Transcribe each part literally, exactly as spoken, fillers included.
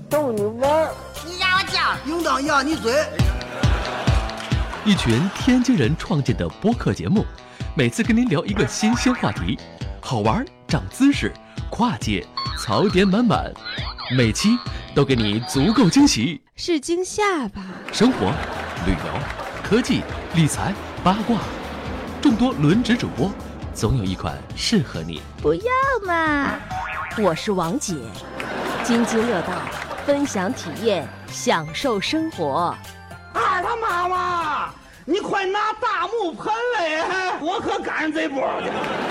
逗你玩儿。 你压我脚， 应当压你嘴。 一群天津人创建的播客节目，每次跟您聊一个新鲜话题，好玩、长姿势、跨界、槽点满满，每期都给你足够惊喜。 是惊吓吧？ 生活、旅游、科技、理财、八卦，众多轮值主播，总有一款适合你。 不要嘛！我是王姐，津津乐道，分享体验，享受生活。 二他妈妈，你快拿大木盆来，我可赶上这波去。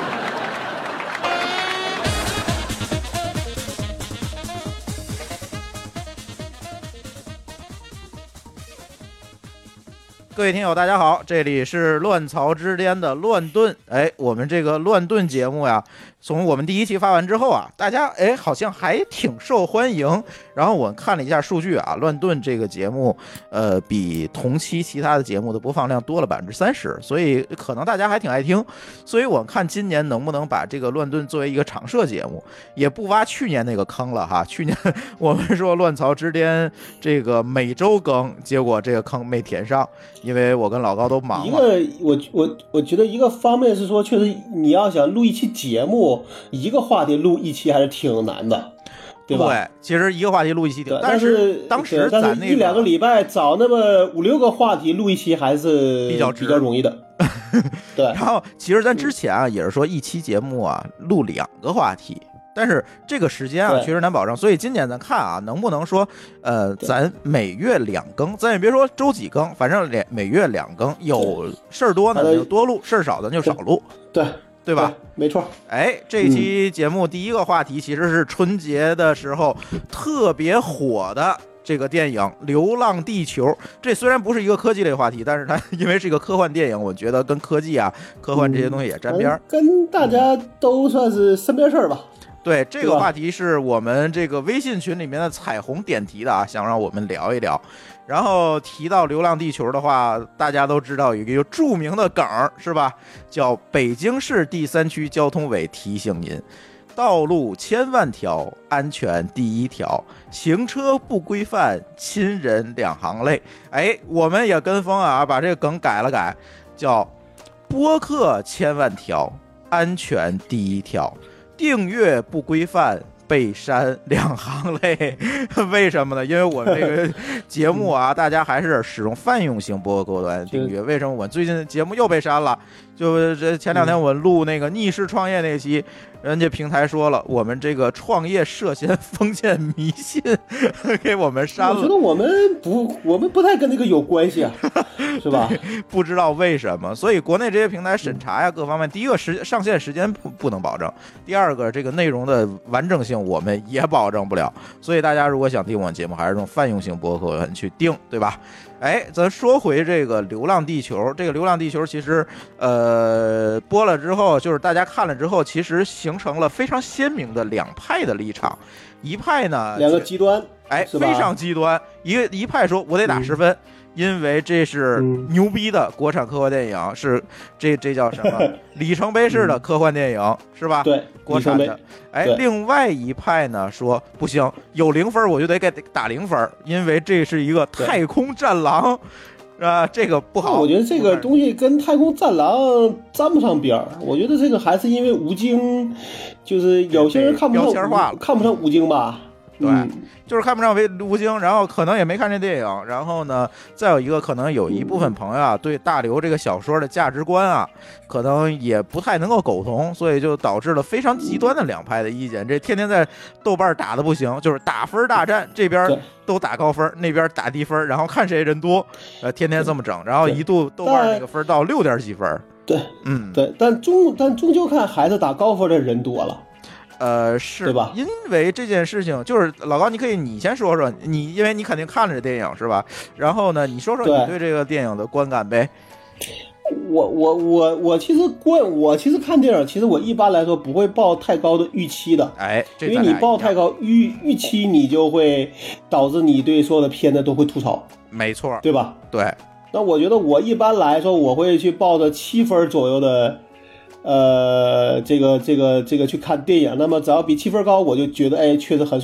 各位听友大家好，这里是乱曹之巅的乱炖。哎，我们这个乱炖节目呀，从我们第一期发完之后啊，大家哎好像还挺受欢迎。然后我看了一下数据啊，乱炖这个节目呃比同期其他的节目的播放量多了百分之三十，所以可能大家还挺爱听。所以我看今年能不能把这个乱炖作为一个常设节目，也不挖去年那个坑了哈。去年我们说乱曹之巅这个每周更，结果这个坑没填上。因为我跟老高都忙了。 一个我我我觉得一个方面是说，确实你要想录一期节目，一个话题录一期还是挺难的，对吧？ 对，其实一个话题录一期挺， 但是当时咱那个但是一两个礼拜找那么五六个话题录一期还是比较比较容易的。对。 然后其实咱之前啊也是说一期节目啊录两个话题。但是这个时间啊确实难保证，所以今年咱看啊能不能说呃咱每月两更，咱也别说周几更，反正每月两更，有事儿多呢就多录，事儿少咱就少录， 对对吧？ 对没错。 哎，这期节目第一个话题其实是春节的时候特别火的这个电影《流浪地球》。这虽然不是一个科技类话题，但是它因为是一个科幻电影，我觉得跟科技啊科幻这些东西也沾边、嗯、 跟大家都算是身边事儿吧。 对，这个话题是我们这个微信群里面的彩虹点题的啊，想让我们聊一聊。然后提到流浪地球的话，大家都知道有一个著名的梗是吧，叫北京市第三区交通委提醒您，道路千万条，安全第一条，行车不规范，亲人两行泪。哎，我们也跟风啊，把这个梗改了改，叫播客千万条，安全第一条，订阅不规范，被删两行泪。为什么呢？因为我们这个节目啊，大家还是使用泛用型播客端订阅。为什么我最近节目又被删了？就这前两天我录那个逆势创业那期，人家平台说了，我们这个创业涉嫌封建迷信，给我们删了。 我觉得我们不，我们不太跟这个有关系啊，是吧？ 不知道为什么，所以国内这些平台审查呀，各方面，第一个时上线时间不不能保证，第二个这个内容的完整性我们也保证不了。所以大家如果想听我们节目，还是用泛用型播客去订，对吧？哎，咱说回这个《流浪地球》，这个《流浪地球》其实，呃，播了之后，就是大家看了之后，其实形成了非常鲜明的两派的立场。一派呢， 两个极端， 哎，非常极端。一个一派说，我得打十分。嗯，因为这是牛逼的国产科幻电影，嗯、是这这叫什么里程碑式的科幻电影，嗯、是吧？ 对， 国产的。哎，另外一派呢说不行，有零分我就得给打零分，因为这是一个太空战狼，啊，这个不好。 我觉得这个东西跟太空战狼沾不上边儿。我觉得这个还是因为吴京，就是有些人看不上，看不上吴京吧。 对，嗯、就是看不上为吴京，然后可能也没看这电影，然后呢，再有一个可能有一部分朋友啊，对大刘这个小说的价值观啊，可能也不太能够苟同，所以就导致了非常极端的两派的意见。这天天在豆瓣打的不行，就是打分大战，这边都打高分，那边打低分，然后看谁人多，呃，天天这么整，然后一度豆瓣那个分到六点几分。 对，嗯，对，但终但终究看还是打高分的人多了。 呃，是，对吧？因为这件事情，就是老高，你可以你先说说，你因为你肯定看了这电影是吧？然后呢，你说说你对这个电影的观感呗。 我我我我其实观我其实看电影，其实我一般来说不会抱太高的预期的， 哎， 因为你抱太高预预期，你就会导致你对所有的片子都会吐槽， 没错， 对吧？ 对。 那我觉得我一般来说，我会去抱着七分左右的。呃，这个这个这个去看电影，那么只要比七分高，我就觉得哎，确实很爽。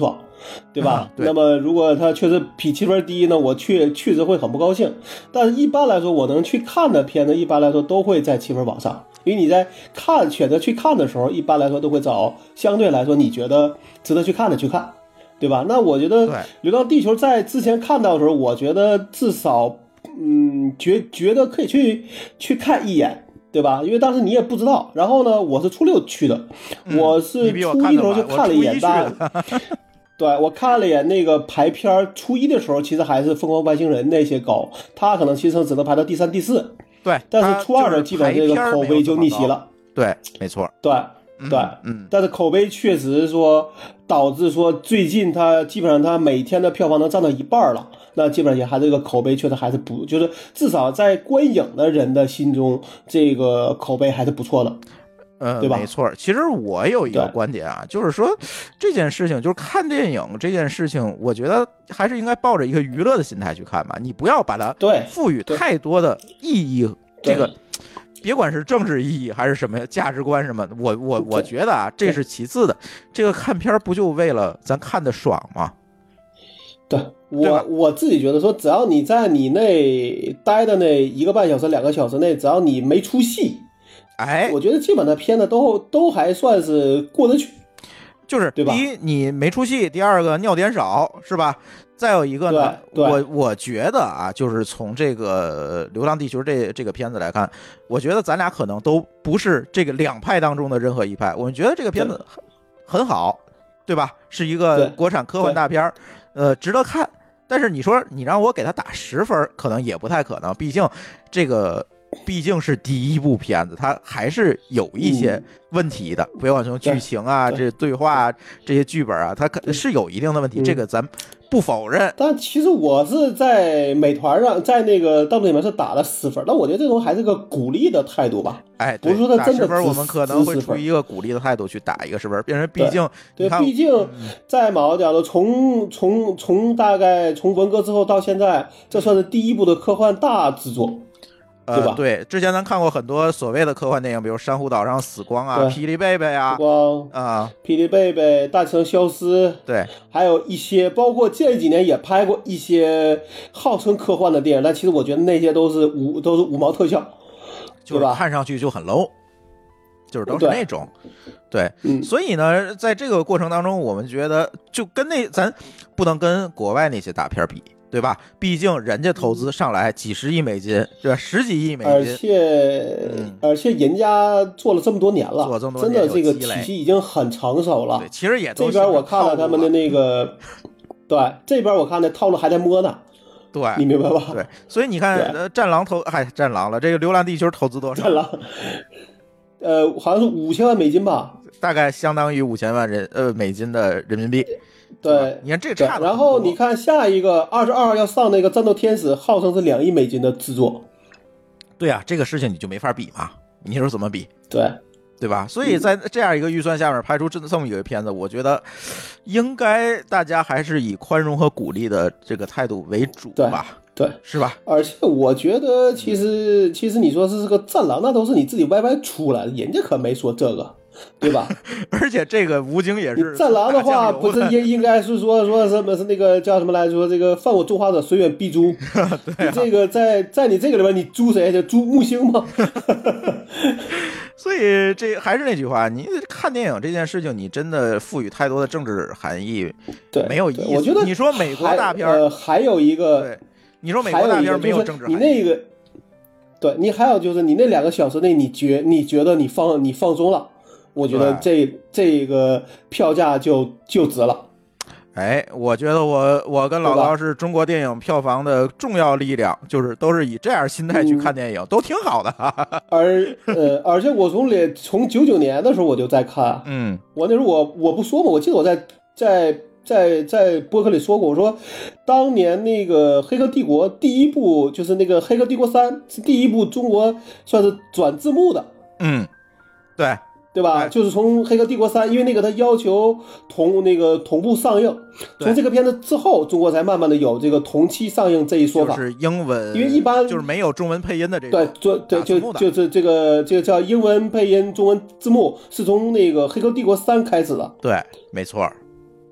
对吧？ 嗯、对那么如果它确实比七分低呢，我确确实会很不高兴。但是一般来说，我能去看的片子，一般来说都会在七分往上，因为你在看选择去看的时候，一般来说都会找相对来说你觉得值得去看的去看，对吧？那我觉得《流浪地球》在之前看到的时候，我觉得至少嗯觉觉得可以去去看一眼。对吧？因为当时你也不知道，然后呢，我是初六去的， 嗯、 我是初一的时候就看了一眼，但对我看了一眼那个排片，初一的时候其实还是《疯狂外星人》那些高，他可能其实只能排到第三、第四。 对， 但是初二的基本这个口碑就逆袭了。 对，没错。 对。对，嗯，但是口碑确实说导致说最近它基本上它每天的票房能占到一半了，那基本上也还这个口碑确实还是不，就是至少在观影的人的心中，这个口碑还是不错的， 呃， 对吧？ 没错。其实我有一个观点啊，就是说这件事情，就是看电影这件事情，我觉得还是应该抱着一个娱乐的心态去看吧，你不要把它对赋予太多的意义，这个。别管是政治意义还是什么价值观什么，我我我觉得啊，这是其次的。这个看片不就为了咱看的爽吗？ 对我我自己觉得说，只要你在你那待的那一个半小时、两个小时内，只要你没出戏， 哎， 我觉得基本的片子都都还算是过得去。 就是第一，你没出戏；第二个，尿点少，是吧？再有一个呢，我我觉得啊，就是从这个《流浪地球》这这个片子来看，我觉得咱俩可能都不是这个两派当中的任何一派。我们觉得这个片子很很好，对吧？是一个国产科幻大片，呃，值得看。但是你说你让我给他打十分，可能也不太可能，毕竟这个。毕竟是第一部片子，它还是有一些问题的，不要说剧情啊、这对话啊、这些剧本啊，它是有一定的问题，这个咱不否认。 但其实我是在美团上，在那个弹幕里面是打了十分，但我觉得这种还是个鼓励的态度吧。 哎， 不是说他真的打十分，我们可能会出于一个鼓励的态度去打一个十分，因为毕竟对，毕竟在某个角度，从从从大概从文革之后到现在，这算是第一部的科幻大制作。 呃，对吧？对，之前咱看过很多所谓的科幻电影，比如《珊瑚岛上死光》啊，《霹雳贝贝》啊， 死光啊， 《霹雳贝贝》、《大气层消失》， 对， 还有一些，包括这几年也拍过一些号称科幻的电影，但其实我觉得那些都是无都是五毛特效， 对吧？看上去就很 low， 就是都是那种，对，对嗯、所以呢，在这个过程当中，我们觉得就跟那咱不能跟国外那些大片比。对吧？毕竟人家投资上来几十亿美金，对吧？十几亿美金， 而且、嗯、而且人家做了这么多年了， 做这么多年真的这个体系已经很成熟了。 对，其实也都这边我看了他们的那个，对，这边我看那套路还在摸呢。 对， 你明白吧？ 对，所以你看，呃，战狼投，哎，战狼了，这个《流浪地球》投资多少？ 战狼，呃，好像是五千万美金吧， 大概相当于五千万人呃美金的人民币。 对， 你看这差。 然后你看下一个二十二号要上那个《战斗天使》，号称是两亿美金的制作。 对啊，这个事情你就没法比嘛，你说怎么比？ 对， 对吧？所以在这样一个预算下面拍出这这么一个片子，我觉得应该大家还是以宽容和鼓励的这个态度为主吧。 对， 是吧？ 而且我觉得，其实其实你说是这个战狼，那都是你自己歪歪出来的，人家可没说这个。对吧？ 而且这个吴京也是战狼的话，不是应应该是说说什么是那个叫什么来说？这个犯我中华者，虽远必诛。 对、啊， 这个在在你这个里边，你诛谁？就诛木星吗？ 所以这还是那句话，你看电影这件事情，你真的赋予太多的政治含义， 对， 没有意思。 我觉得你说美国大片， 呃，还有一个， 对，你说美国大片没有政治含义， 你那个，对你还有就是你那两个小时内，你觉你觉得你放你放松了。我觉得这这个票价就就值了。 哎，我觉得我我跟老高是中国电影票房的重要力量，就是都是以这样心态去看电影，嗯、都挺好的。 而呃，而且我从连从九九年的时候我就在看， 嗯， 我那时候我我不说嘛，我记得我在在在在播客里说过，我说当年那个《黑客帝国》第一部就是那个《黑客帝国三》是第一部中国算是转字幕的， 嗯，对。 对吧？就是从《黑客帝国三》，因为那个他要求同那个同步上映，从这个片子之后，中国才慢慢的有这个同期上映这一说法。 就是英文， 因为一般就是没有中文配音的这个。 对，做对就就是这个这个叫英文配音中文字幕，是从那个《黑客帝国三》开始的。 对，没错。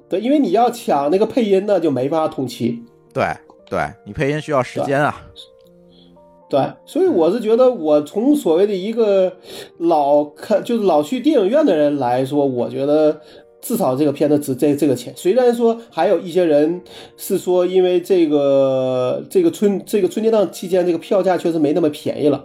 对，因为你要抢那个配音呢，就没法同期。 对对，你配音需要时间啊。 对，所以我是觉得，我从所谓的一个老看就是老去电影院的人来说，我觉得至少这个片子值这这个钱。虽然说还有一些人是说，因为这个这个春这个春节档期间，这个票价确实没那么便宜了。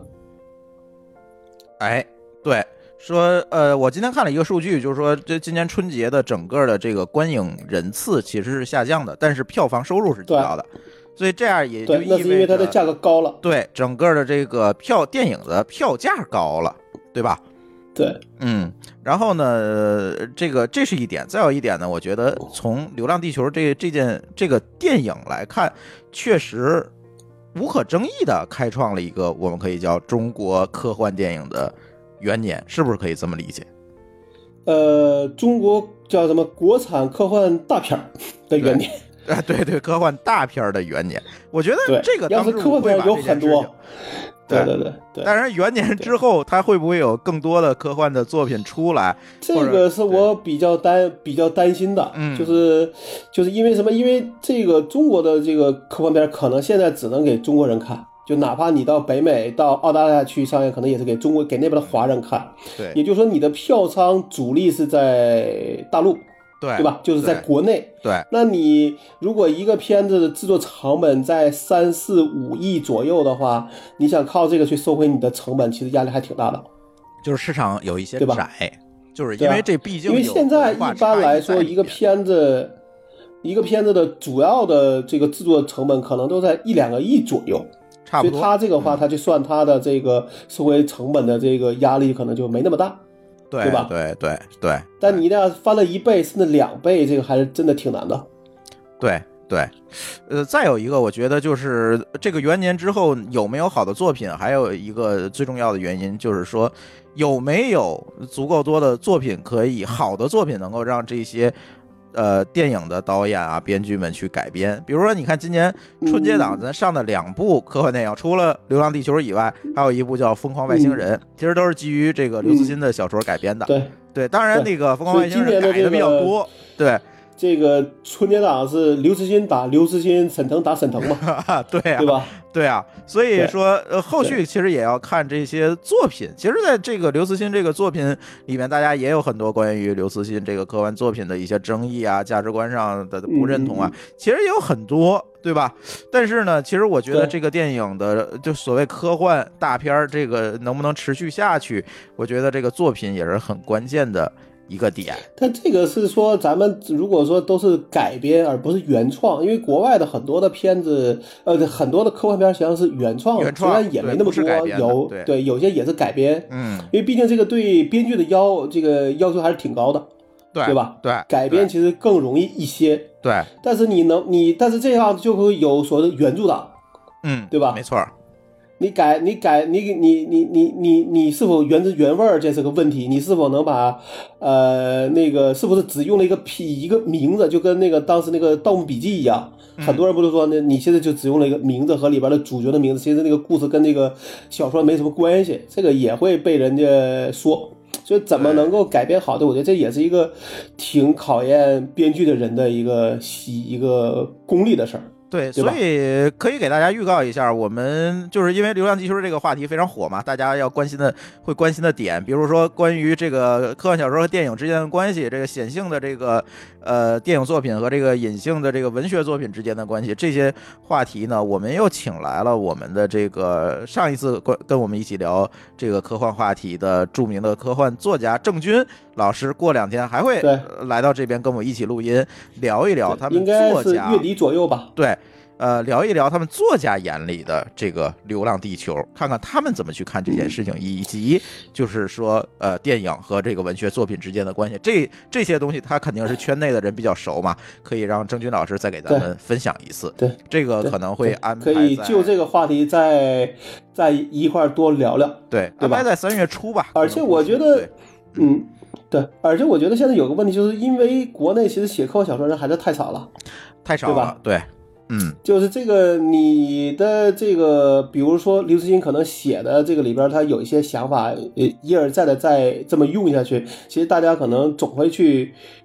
哎，对，说呃，我今天看了一个数据，就是说这今年春节的整个的这个观影人次其实是下降的，但是票房收入是提高的。所以这样也就意味着， 对，那是因为它的价格高了。 对，整个的这个票电影的票价高了，对吧？ 对， 嗯，然后呢，这个这是一点，再有一点呢，我觉得从《流浪地球》这这件这个电影来看，确实无可争议的开创了一个我们可以叫中国科幻电影的元年，是不是可以这么理解？ 呃，中国叫什么国产科幻大片的元年。 啊，对对，科幻大片的元年，我觉得这个要是科幻片有很多，对对对对。 当然，元年之后，它会不会有更多的科幻的作品出来？ 这个是我比较担比较担心的， 嗯， 就是就是因为什么？因为这个中国的这个科幻片可能现在只能给中国人看，就哪怕你到北美、到澳大利亚去上映，可能也是给中国给那边的华人看。 对， 也就是说，你的票仓主力是在大陆。 对对吧？就是在国内。 对， 那你如果一个片子的制作成本在三四五亿左右的话，你想靠这个去收回你的成本，其实压力还挺大的。 就是市场有一些对吧窄，就是因为这毕竟因为现在一般来说，一个片子一个片子的主要的这个制作成本可能都在一两个亿左右。 差不多。 所以他这个话，他去算他的这个收回成本的这个压力，可能就没那么大。 对， 对吧？ 对对对， 但你一定要翻了一倍甚至两倍，这个还是真的挺难的。 对对，呃，再有一个，我觉得就是这个元年之后有没有好的作品，还有一个最重要的原因就是说，有没有足够多的作品可以好的作品能够让这些呃电影的导演啊、编剧们去改编。比如说，你看今年春节档咱上的两部科幻电影，除了《流浪地球》以外，还有一部叫《疯狂外星人》，其实都是基于这个刘慈欣的小说改编的。 对对，当然那个《疯狂外星人》改的比较多。对。 这个春节档是刘慈欣打刘慈欣，沈腾打沈腾嘛？ 对啊， 对吧？ 对啊，所以说呃，后续其实也要看这些作品。其实，在这个刘慈欣这个作品里面，大家也有很多关于刘慈欣这个科幻作品的一些争议啊、价值观上的不认同啊， 嗯、 其实也有很多，对吧？但是呢，其实我觉得这个电影的就所谓科幻大片，这个能不能持续下去，我觉得这个作品也是很关键的一个点。 但这个是说咱们如果说都是改编而不是原创，因为国外的很多的片子，呃，很多的科幻片实际上是原创， 原创虽然也没那么多，有对, 对有些也是改编， 嗯， 因为毕竟这个对编剧的要这个要求还是挺高的， 对对吧？ 对， 改编其实更容易一些， 对。 但是你能你但是这样就会有所谓的原著党， 嗯， 对吧？ 没错。 你改你改你你你你你你是否原汁原味儿，这是个问题。你是否能把呃那个是不是只用了一个批一个名字，就跟那个当时那个《盗墓笔记》一样， 嗯、 很多人不是说呢，你现在就只用了一个名字和里边的主角的名字，其实那个故事跟那个小说没什么关系，这个也会被人家说。所以怎么能够改编好的，我觉得这也是一个挺考验编剧的人的一个一个功力的事儿。 对，所以可以给大家预告一下，我们就是因为《流浪地球》这个话题非常火嘛，大家要关心的会关心的点，比如说关于这个科幻小说和电影之间的关系，这个显性的这个呃电影作品和这个隐性的这个文学作品之间的关系，这些话题呢，我们又请来了我们的这个上一次跟我们一起聊这个科幻话题的著名的科幻作家郑钧老师，过两天还会来到这边跟我们一起录音，聊一聊他们作家， 应该是月底左右吧？ 对。呃，聊一聊他们作家眼里的这个《流浪地球》，看看他们怎么去看这件事情，以及就是说，呃，电影和这个文学作品之间的关系。这这些东西，他肯定是圈内的人比较熟嘛，可以让郑钧老师再给咱们分享一次。 对， 这个可能会安排可以就这个话题再再一块多聊聊。 对，安排在三月初吧。 而且我觉得，嗯。对，而且我觉得现在有个问题，就是因为国内其实写科幻小说人还是太少了， 太少了， 对吧？ 对。嗯， 就是这个你的这个，比如说刘慈欣可能写的这个里边，他有一些想法，一而再的再这么用下去，其实大家可能总会去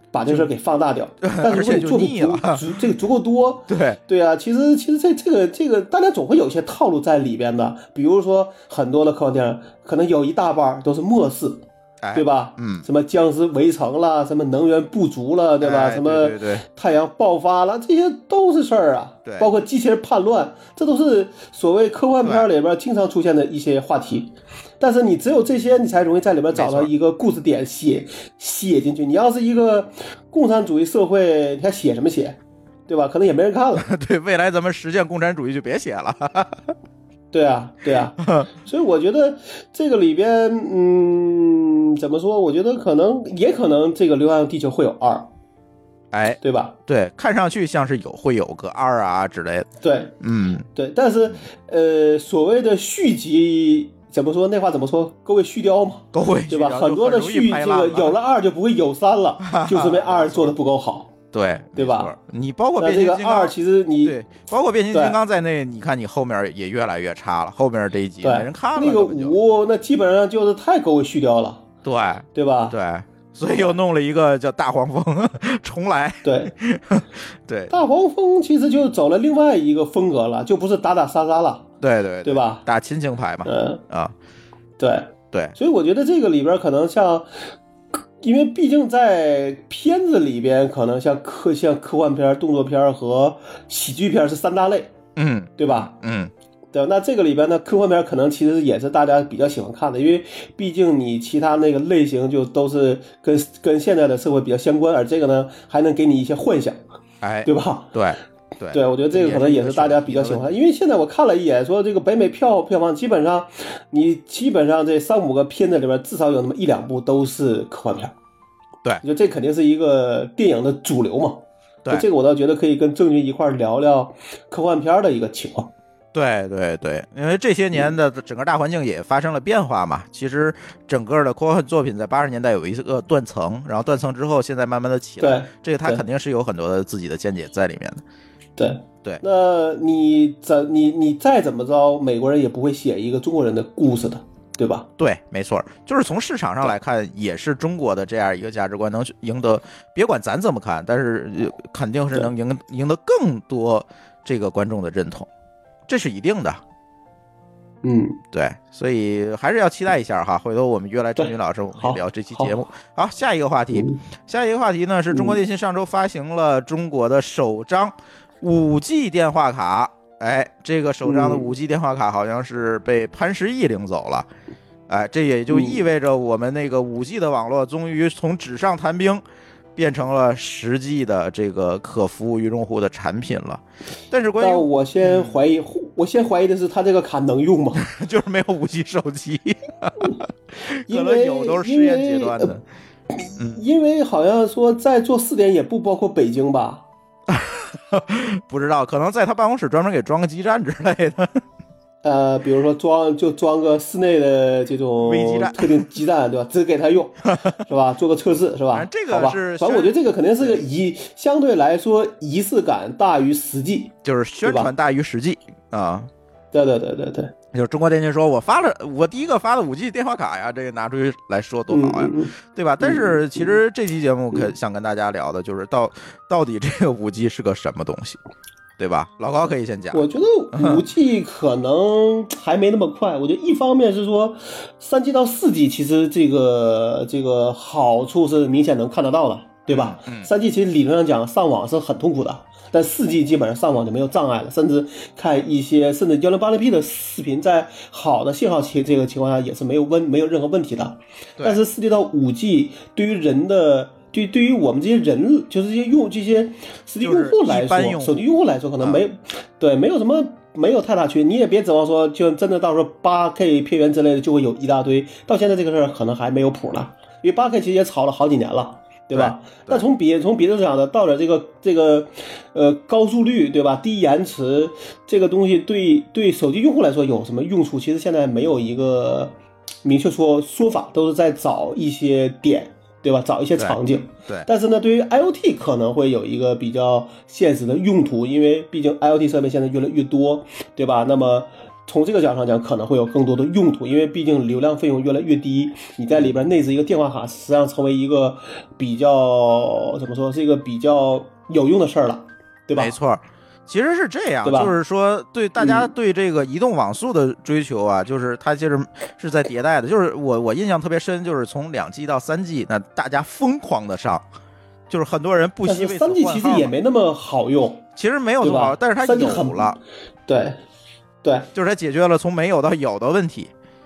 把这事儿给放大掉。但是如果你作品足足这个足够多， 对对啊，其实其实这这个这个大家总会有一些套路在里边的，比如说很多的科幻电影可能有一大半都是末世。对吧？ 嗯， 什么僵尸围城了，什么能源不足了，对吧？ 哎、 什么太阳爆发了，这些都是事儿啊。 对， 包括机器人叛乱，这都是所谓科幻片里边经常出现的一些话题。但是你只有这些，你才容易在里边找到一个故事点写写进去。你要是一个共产主义社会，你还写什么写？对吧？可能也没人看了。 对，未来咱们实现共产主义就别写了。 对啊，对啊，所以我觉得这个里边，嗯，怎么说？我觉得可能也可能这个《流浪地球》会有二， 哎， 对吧？ 对，看上去像是有会有个二啊之类的。 对， 嗯， 对，但是呃，所谓的续集怎么说？那话怎么说？各位续貂嘛， 各位对吧？很多的续这个有了二就不会有三了，就是因为二做的不够好。 对对吧？ 你包括变形金刚， 这个二其实你对，包括变形金刚在内，你看你后面也越来越差了，后面这一集没人看了。 那个五，那基本上就是太狗尾续貂了。 对， 对吧？ 对，所以又弄了一个叫大黄蜂重来。 对， 对， 大黄蜂其实就走了另外一个风格了，就不是打打杀杀了。 对对对吧？ 打亲情牌嘛。 嗯啊， 对对， 所以我觉得这个里边可能像。因为毕竟在片子里边，可能像科像科幻片、动作片和喜剧片是三大类， 嗯， 对吧？ 嗯， 对。那这个里边呢，科幻片可能其实也是大家比较喜欢看的，因为毕竟你其他那个类型就都是跟跟现在的社会比较相关，而这个呢还能给你一些幻想， 哎， 对吧？ 对。对, 对，我觉得这个可能也是大家比较喜欢，因为现在我看了一眼，说这个北美票票房基本上，你基本上这三五个片子里边至少有那么一两部都是科幻片。 对， 就这肯定是一个电影的主流嘛。 对， 这个我倒觉得可以跟郑钧一块聊聊科幻片的一个情况。 对对对，因为这些年的整个大环境也发生了变化嘛。其实整个的科幻作品在八十年代有一个断层，然后断层之后，现在慢慢的起来。 对， 这个他肯定是有很多的自己的见解在里面的。 对对， 那你怎你你再怎么着，美国人也不会写一个中国人的故事的，对吧？ 对，没错，就是从市场上来看，也是中国的这样一个价值观能赢得，别管咱怎么看，但是肯定是能赢赢得更多这个观众的认同，这是一定的。 嗯， 对，所以还是要期待一下哈。回头我们约来郑钧老师，我们聊这期节目。好，下一个话题，下一个话题呢是中国电信上周发行了中国的首张五 G 电话卡。哎，这个首张的五 G 电话卡好像是被潘石屹领走了。哎，这也就意味着我们那个五 G 的网络终于从纸上谈兵变成了实际的这个可服务于用户的产品了。但是关于我先怀疑，我先怀疑的是它这个卡能用吗？ 就是没有五 G 手机，可能有都是试验阶段的。 嗯，因为好像说在做试点也不包括北京吧。 不知道，可能在他办公室专门给装个基站之类的。 呃，比如说装就装个室内的这种特定基站，对吧？只给他用，是吧？做个测试，是吧？ 这个是， 反正我觉得这个肯定是个仪，相对来说仪式感大于实际， 就是宣传大于实际啊。 对对对对对， 就是中国电信说我发了，我第一个发的五 G 电话卡呀，这个拿出去来说多好呀， 嗯、 对吧？但是其实这期节目可想跟大家聊的就是到到底这个五 G 是个什么东西，对吧？老高可以先讲。 我觉得五 G 可能还没那么快。我觉得一方面是说三 G 到四 G 其实这个这个好处是明显能看得到的，对吧？ 嗯、 三 G 其实理论上讲上网是很痛苦的。但四 G 基本上上网就没有障碍了，甚至看一些甚至一零八零 P 的视频，在好的信号期这个情况下也是没有问没有任何问题的。但是四 G 到五 G 对于人的对对于我们这些人就是这些用这些实际用户来说， 就是、 手机用户来说可能没、啊、对没有什么没有太大区别。你也别指望说就真的到时候 八 K 片源之类的就会有一大堆，到现在这个事儿可能还没有谱呢，因为 八 K 其实也炒了好几年了。对吧？那从别从别的讲的，到了这个这个呃高速率，对吧？低延迟这个东西对对手机用户来说有什么用处？其实现在没有一个明确说说法，都是在找一些点，对吧？找一些场景。 对。对但是呢，对于 I O T 可能会有一个比较现实的用途，因为毕竟 I O T 设备现在越来越多，对吧？那么从这个角度上讲，可能会有更多的用途，因为毕竟流量费用越来越低，你在里边内置一个电话卡，实际上成为一个比较怎么说，是一个比较有用的事儿了，对吧？ 没错。其实是这样，就是说对大家对这个移动网速的追求啊，嗯、就是它其实是在迭代的。就是我我印象特别深，就是从两 G 到三 G， 那大家疯狂的上，就是很多人不惜为此换号。 三 G 其实也没那么好用， 其实没有那么好，但是它有了， 对对， 就是它解决了从没有到有的问题。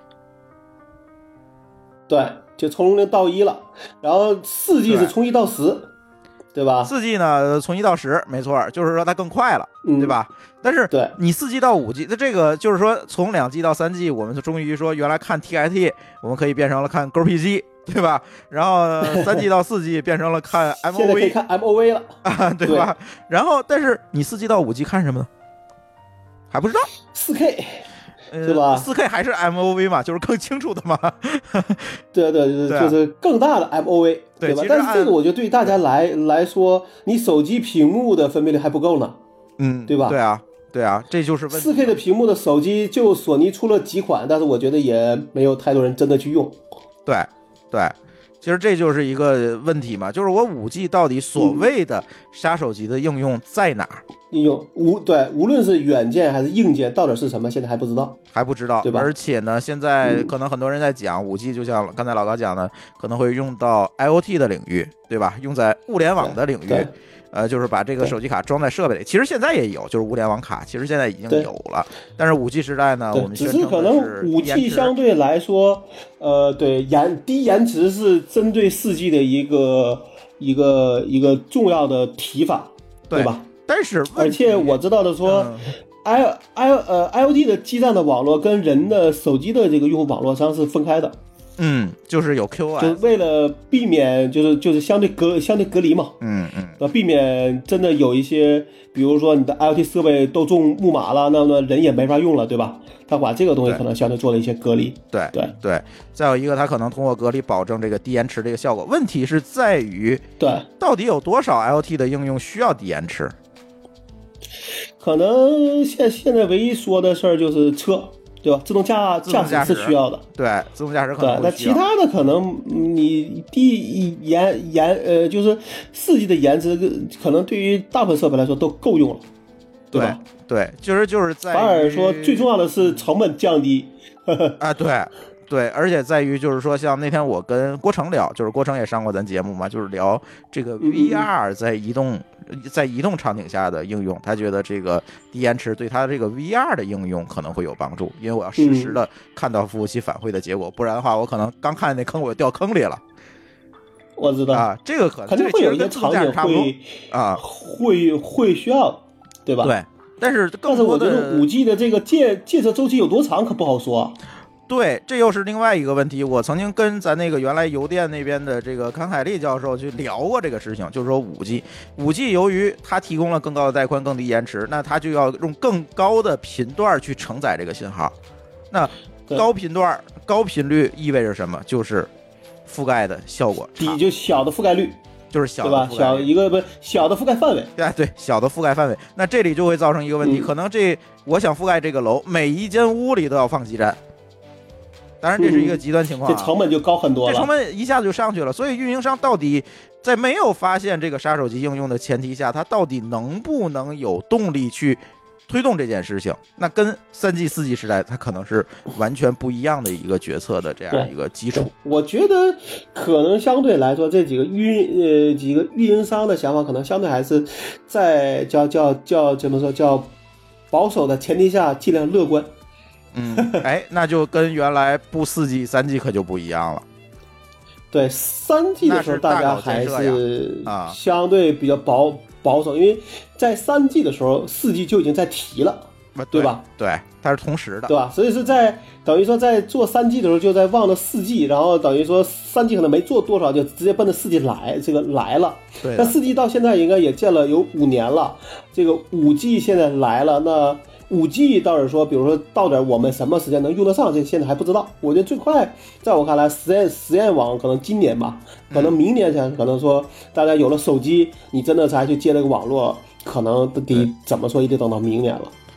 对，就从零到一了，然后四 G 是从一到十。对吧？ 四 G 呢，从一到十，没错，就是说它更快了， 嗯、 对吧？但是对你四 G 到五 G， 那这个就是说从两 G 到三 G， 我们就终于说原来看 T I T， 我们可以变成了看 G P G， 对吧？然后三 G 到四 G 变成了看 M O V， 现在可以看 M O V 了啊，对吧？对然后但是你四 G 到五 G 看什么呢？还不知道。 四 K。 是吧？ 四 K 还是 M O V 嘛，就是更清楚的嘛。 对对对，就是更大的 M O V， 对, 对吧？但是这个我觉得对大家来来说，你手机屏幕的分辨率还不够呢， 嗯， 对吧？ 对啊，对啊，这就是问题。 四 K 的屏幕的手机，就索尼出了几款，但是我觉得也没有太多人真的去用。 对对。其实这就是一个问题嘛，就是我 五 G 到底所谓的杀手级的应用在哪儿？ 应用无对，无论是软件还是硬件，到底是什么，现在还不知道， 还不知道， 对吧？ 而且呢，现在可能很多人在讲 五 G， 就像刚才老高讲的，可能会用到 I O T 的领域，对吧？用在物联网的领域。呃，就是把这个手机卡装在设备里，其实现在也有，就是物联网卡，其实现在已经有了。但是 五 G 时代呢，我们只是可能 五 G 相对来说，呃，对延低延迟是针对四 G 的一个一个一个重要的提法，对, 对吧？ 但是而且我知道的说。嗯I I 呃 I O T 的基站的网络跟人的手机的这个用户网络实际上是分开的。 嗯，就是有 Q S， 就是为了避免，就是就是相对隔相对隔离嘛， 嗯嗯， 呃，避免真的有一些，比如说你的 I O T 设备都中木马了，那么人也没法用了，对吧？他把这个东西可能相对做了一些隔离。 对对对，再有一个，他可能通过隔离保证这个低延迟这个效果。问题是在于， 对， 到底有多少 I O T 的应用需要低延迟？ 可能现现在唯一说的事儿就是车。对吧？自动驾驾驶是需要的， 对，自动驾驶可能对。那其他的可能你低延延呃，就是四 G 的延迟，可能对于大部分设备来说都够用了，对吧？ 对，对就是就是在反而说最重要的是成本降低啊，对。对，而且在于就是说，像那天我跟郭成聊，就是郭成也上过咱节目嘛，就是聊这个 V R 在移动、嗯、在移动场景下的应用，他觉得这个低延迟对他这个 V R 的应用可能会有帮助，因为我要实时的看到服务器反馈的结果，不然的话，我可能刚看那坑我就掉坑里了。 我知道啊，这个可能肯定会有一些场景会啊， 会会需要，对吧？ 对，但是但是我觉得五 G 的这个建建设周期有多长可不好说、啊。 对，这又是另外一个问题。我曾经跟咱那个原来邮电那边的这个康凯利教授去聊过这个事情，就是说五 G， 五 G 由于它提供了更高的带宽、更低延迟，那它就要用更高的频段去承载这个信号。那高频段、高频率意味着什么？就是覆盖的效果差， 低就小的覆盖率。 就是小的对吧？小一个不小的覆盖范围， 对对，小的覆盖范围。那这里就会造成一个问题，嗯、可能这我想覆盖这个楼，每一间屋里都要放基站。当然这是一个极端情况、啊嗯， 这成本就高很多了， 这成本一下子就上去了。所以运营商到底在没有发现这个杀手级应用的前提下，他到底能不能有动力去推动这件事情？那跟三 G、四 G 时代，它可能是完全不一样的一个决策的这样一个基础。 我觉得可能相对来说，这几个运呃几个运营商的想法，可能相对还是在叫叫叫怎么说叫保守的前提下，尽量乐观。 嗯，哎，那就跟原来不四 G、三 G 可就不一样了。 对，三 G 的时候大家还是相对比较保、啊、保守，因为在三 G 的时候，四 G 就已经在提了， 对, 对吧？ 对，它是同时的， 对吧？所以是在等于说在做三 G 的时候，就在望着四 G， 然后等于说三 G 可能没做多少，就直接奔着四 G 来，这个来了。 对， 那四 G 到现在应该也建了有五年了，这个五 G 现在来了，那。五 G 倒是说，比如说到点我们什么时间能用得上，这现在还不知道。我觉得最快，在我看来，实验实验网可能今年吧，可能明年前，可能说大家有了手机，你真的才去接这个网络，可能得怎么说也得等到明年了。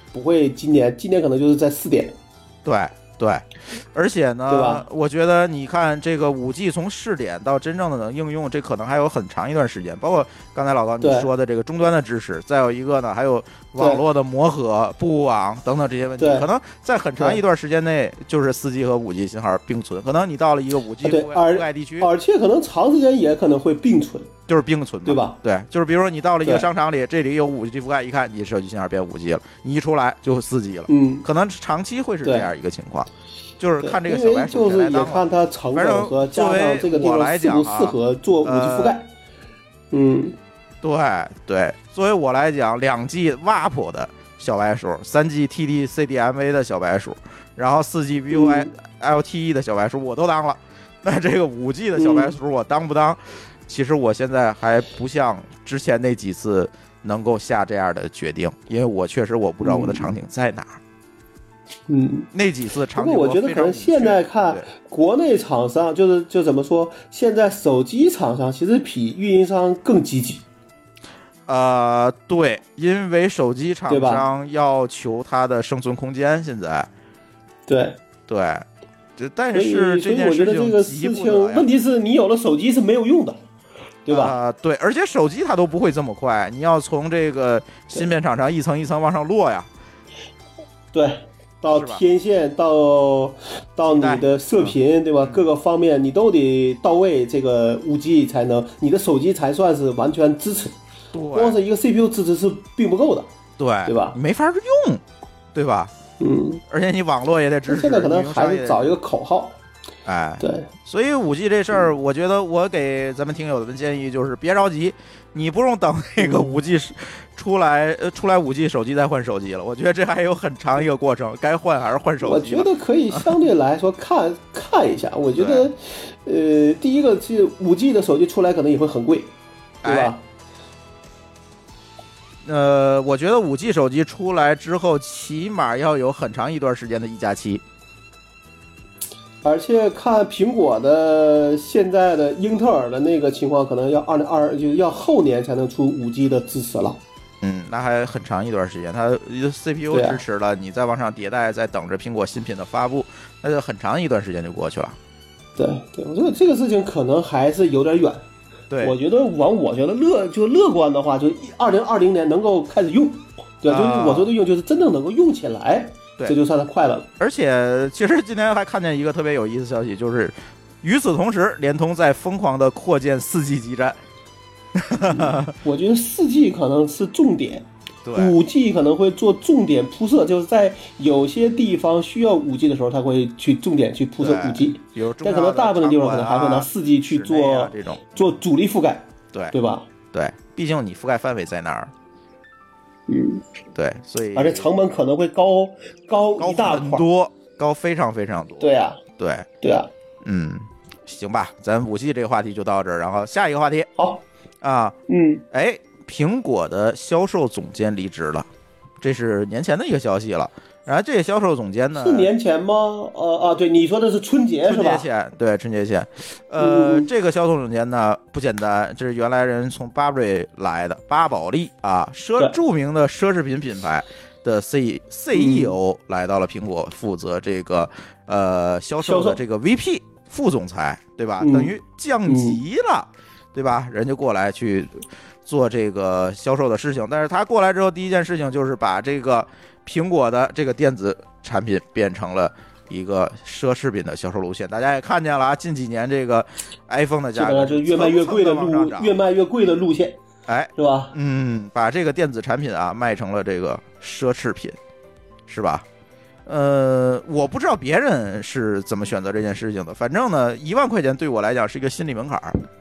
不会今年，今年可能就是在四点。 对对，而且呢， 对吧？ 我觉得你看这个五 G 从试点到真正的能应用，这可能还有很长一段时间。包括刚才老高你说的这个终端的支持，再有一个呢，还有网络的磨合、布网等等这些问题，可能在很长一段时间内，就是四 G 和五 G 信号并存。可能你到了一个五 G 覆盖地区， 而且可能长时间也可能会并存。 就是并存， 对吧？ 对，就是比如说你到了一个商场里，这里有五 G 覆盖，一看你手机信号变五 G 了，你一出来就四 G 了， 嗯， 可能长期会是这样一个情况，就是看这个小白鼠就是也看它成本和加上这个地方适不适合做五 G 覆盖。嗯， 对对，作为我来讲，两 G W A P 的小白鼠，三 G T D C D M A 的小白鼠，然后四 G V U I L T E 的小白鼠我都当了，那这个五 G 的小白鼠我当不当？其实我现在还不像之前那几次能够下这样的决定，因为我确实我不知道我的场景在哪儿。 嗯， 那几次场景， 不过我觉得可能现在看国内厂商，就是就怎么说，现在手机厂商其实比运营商更积极。 呃，对，因为手机厂商要求它的生存空间，现在， 对对。但是这件事情急不得呀， 问题是你有了手机是没有用的，对吧？ 啊、呃，对，而且手机它都不会这么快，你要从这个芯片厂商一层一层往上落呀。 对，到天线，到到你的射频，对吧？ 嗯、 各个方面你都得到位，这个五 G 才能，你的手机才算是完全支持。 对， 光是一个 C P U 支持是并不够的， 对， 对吧？ 没法用，对吧？ 嗯， 而且你网络也得支持。 现在可能还是找一个口号， 哎， 对。 所以五 G 这事儿，我觉得我给咱们听友的建议就是别着急，你不用等那个五 G 出来，呃，出来五 G 手机再换手机了。我觉得这还有很长一个过程，该换还是换手机。 我觉得可以相对来说看看一下。我觉得，呃，第一个是五 G 的手机出来可能也会很贵，对吧？ 哎呃，我觉得五 G 手机出来之后，起码要有很长一段时间的一加七。 而且看苹果的现在的英特尔的那个情况，可能要二零二就要后年才能出五 G 的支持了。 嗯，那还很长一段时间。它 C P U 支持了，你再往上迭代，再等着苹果新品的发布，那就很长一段时间就过去了。 对对，我觉得这个事情可能还是有点远。 对， 我觉得往我觉得乐就乐观的话，就二零二零年能够开始用，对吧？就是我说的用，就是真正能够用起来， 对， 这就算是快乐了。 而且，其实今天还看见一个特别有意思的消息，就是与此同时，联通在疯狂的扩建四 G 基站。 嗯、我觉得四 G 可能是重点。五 G 可能会做重点铺设，就是在有些地方需要五 G 的时候，它会去重点去铺设五 G， 但可能大部分的地方可能还会拿四 G 去做、 啊、这种做主力覆盖， 对对吧？ 对，毕竟你覆盖范围在那儿， 嗯， 对，所以而且成本可能会高高一大很多，高非常非常多。 对啊， 对对啊， 嗯，行吧，咱五 G 这个话题就到这儿，然后下一个话题， 好啊， 嗯， 哎。苹果的销售总监离职了，这是年前的一个消息了。然后这个销售总监呢， 是年前吗？呃啊，对，你说的是春节是吧？ 春节前，对，春节前。呃， 嗯、 这个销售总监呢不简单，这是原来人从巴瑞来的巴宝莉啊，奢著名的奢侈品品牌的 C C E O、嗯、来到了苹果，负责这个呃销售的这个 V P 副总裁，对吧？ 嗯、 等于降级了，嗯、对吧？人就过来去做这个销售的事情，但是他过来之后，第一件事情就是把这个苹果的这个电子产品变成了一个奢侈品的销售路线。大家也看见了啊，近几年这个 iPhone 的价格就越卖越贵的路，越卖越贵的路线， 哎， 是吧？ 嗯，把这个电子产品啊卖成了这个奢侈品，是吧？呃，我不知道别人是怎么选择这件事情的，反正呢，一万块钱对我来讲是一个心理门槛。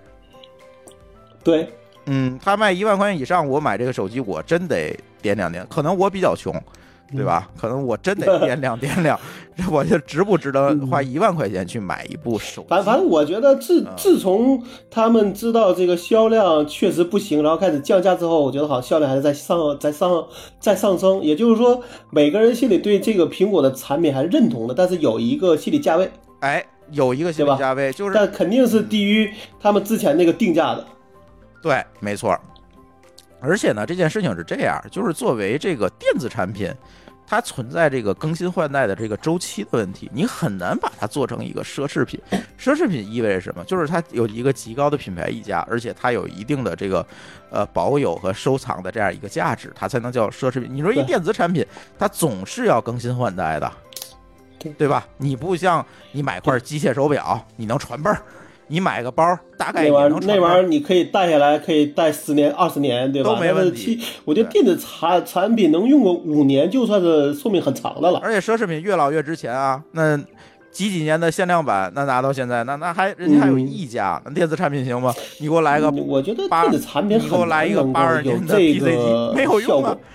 对。 嗯，他卖一万块钱以上，我买这个手机我真得掂量掂，可能我比较穷，对吧？可能我真得掂量掂量，我就值不值得花一万块钱去买一部手机？ 反反正我觉得自自从他们知道这个销量确实不行，然后开始降价之后，我觉得好像销量还是在上在上在上升。也就是说，每个人心里对这个苹果的产品还是认同的，但是有一个心理价位， 哎，有一个心理价位，就是但肯定是低于他们之前那个定价的。 对，没错。而且呢，这件事情是这样，就是作为这个电子产品， 它存在这个更新换代的这个周期的问题，你很难把它做成一个奢侈品。奢侈品意味着什么？就是它有一个极高的品牌溢价，而且它有一定的这个呃保有和收藏的这样一个价值，它才能叫奢侈品。你说一电子产品，它总是要更新换代的，对吧？你不像你买块机械手表，你能传辈儿。你买个包，大概也能传辈儿。 那玩意儿你可以带下来，可以带十年、二十年，对吧？ 都没问题。 我觉得电子产产品能用个五年，就算是寿命很长的了。 而且奢侈品越老越值钱啊，那几几年的限量版，那拿到现在，那那还人家还有溢价。那、嗯、电子产品行吗？你给我来个， 我觉得电子产品很你给我来一个八二年的 P C 机，没有用啊。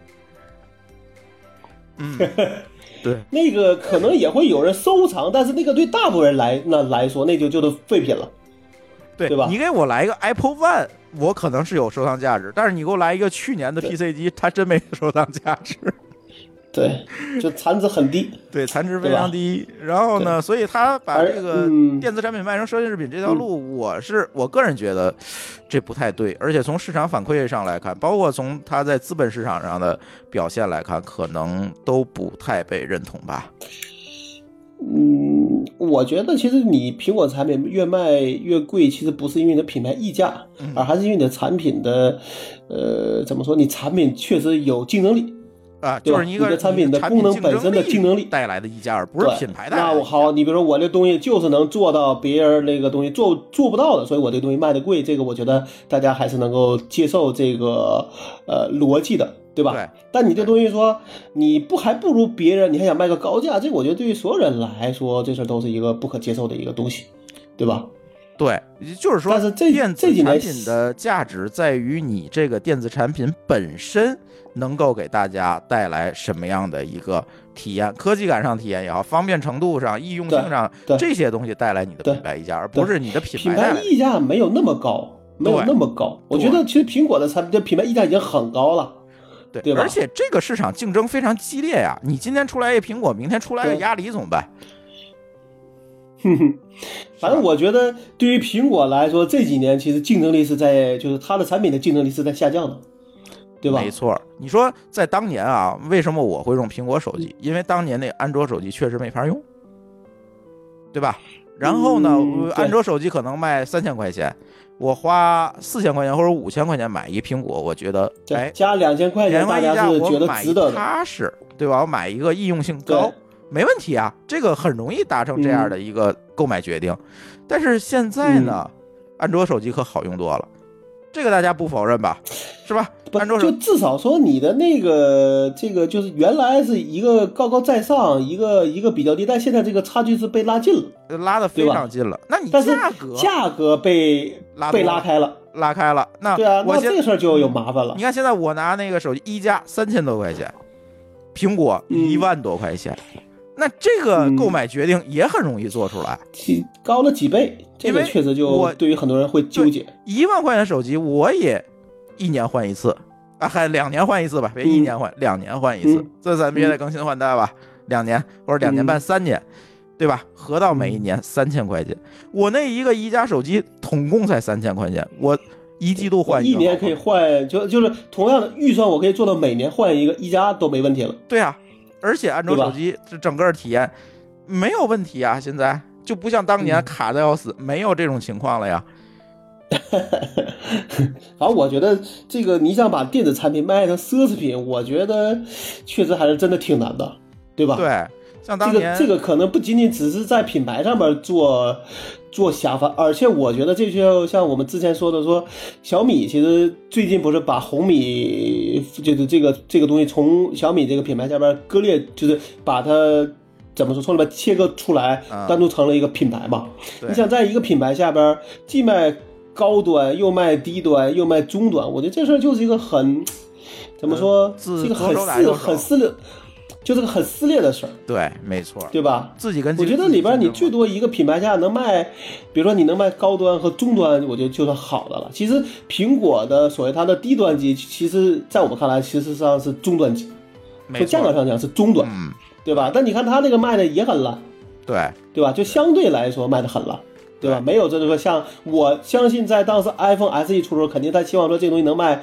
嗯。对， 那个可能也会有人收藏，但是那个对大部分人来那来说，那就就是废品了， 对对吧？ 你给我来一个 Apple One， 我可能是有收藏价值，但是你给我来一个去年的 P C 机，它真没收藏价值。 对，就残值很低， 对，残值非常低。然后呢，所以他把这个电子产品卖成奢侈品这条路，嗯、我是我个人觉得这不太对。而且从市场反馈上来看，包括从他在资本市场上的表现来看，可能都不太被认同吧。 嗯，我觉得其实你苹果产品越卖越贵，其实不是因为你的品牌溢价， 嗯、 而还是因为你的产品的，呃，怎么说？你产品确实有竞争力。 啊，就是一个你的产品的功能本身的竞争力带来的溢价，而不是品牌带来的。 那我好，你比如说我这东西就是能做到别人那个东西做做不到的，所以我这东西卖的贵，这个我觉得大家还是能够接受这个呃逻辑的，对吧？ 对。 但你这东西说你不还不如别人，你还想卖个高价，这个我觉得对于所有人来说，这事都是一个不可接受的一个东西，对吧？ 对，就是说， 但是这电子产品的价值在于你这个电子产品本身能够给大家带来什么样的一个体验，科技感上体验也好，方便程度上、易用性上，这些东西带来你的品牌溢价，而不是你的品牌带来的。 品牌溢价没有那么高，没有那么高。我觉得其实苹果的产品的品牌溢价已经很高了。 对， 对吧？ 而且这个市场竞争非常激烈呀，你今天出来一苹果，明天出来个鸭梨怎么办？ 哼哼，反正我觉得对于苹果来说，这几年其实竞争力是在，就是它的产品的竞争力是在下降的，对吧？ 没错，你说在当年啊，为什么我会用苹果手机？因为当年那安卓手机确实没法用，对吧？然后呢，嗯、安卓手机可能卖三千块钱，我花四千块钱或者五千块钱买一苹果，我觉得哎， 加两千块钱大家是觉得值得的， 踏实，对吧？我买一个易用性高。没问题啊，这个很容易达成这样的一个购买决定。嗯、但是现在呢、嗯，安卓手机可好用多了，这个大家不否认吧？是吧？安卓手就至少说你的那个这个就是原来是一个高高在上，一个一个比较低，但现在这个差距是被拉近了， 拉得非常近了。那你价格价格被拉被拉开了， 拉开了。那对啊，那这个事儿就有麻烦了。 你看现在我拿那个手机一加三千多块钱，苹果一万多块钱。嗯，那这个购买决定也很容易做出来， 嗯、高了几倍，这个确实就对于很多人会纠结。 一万块钱手机我也一年换一次啊，还两年换一次吧，别一年换，嗯、两年换一次，嗯、这咱们也得更新换代吧，嗯、两年或者两年半、三年，对吧？合到每一年三千块钱，我那一个宜家手机总共才三千块钱，我一季度换一个，一年可以换，就就是同样的预算，我可以做到每年换一个宜家都没问题了。 对啊。而且安卓手机这整个体验没有问题啊，现在就不像当年卡的要死，嗯、没有这种情况了呀。 反正我觉得这个你想把电子产品卖成奢侈品，我觉得确实还是真的挺难的，对吧？ 对，像当年这个这个可能不仅仅只是在品牌上面做做想法，而且我觉得这就像我们之前说的，说小米其实最近不是把红米就是这个这个东西从小米这个品牌下边割裂，就是把它怎么说从里面切割出来，单独成了一个品牌嘛。嗯、你想在一个品牌下边既卖高端又卖低端又卖中端，我觉得这事儿就是一个很怎么说， 嗯、 这个很撕很撕裂。就是个很撕裂的事儿， 对，没错， 对吧？ 自己跟我觉得里边你最多一个品牌下能卖，比如说你能卖高端和中端，我觉得就是好的了。其实苹果的所谓它的低端机，其实在我们看来，其实上是中端机，从价格上讲是中端， 嗯、 对吧？但你看它那个卖的也很烂， 对， 对吧？就相对来说卖的很烂，对吧？没有这个说像我相信在当时 iPhone S E 出的时候，肯定他希望说这个东西能卖。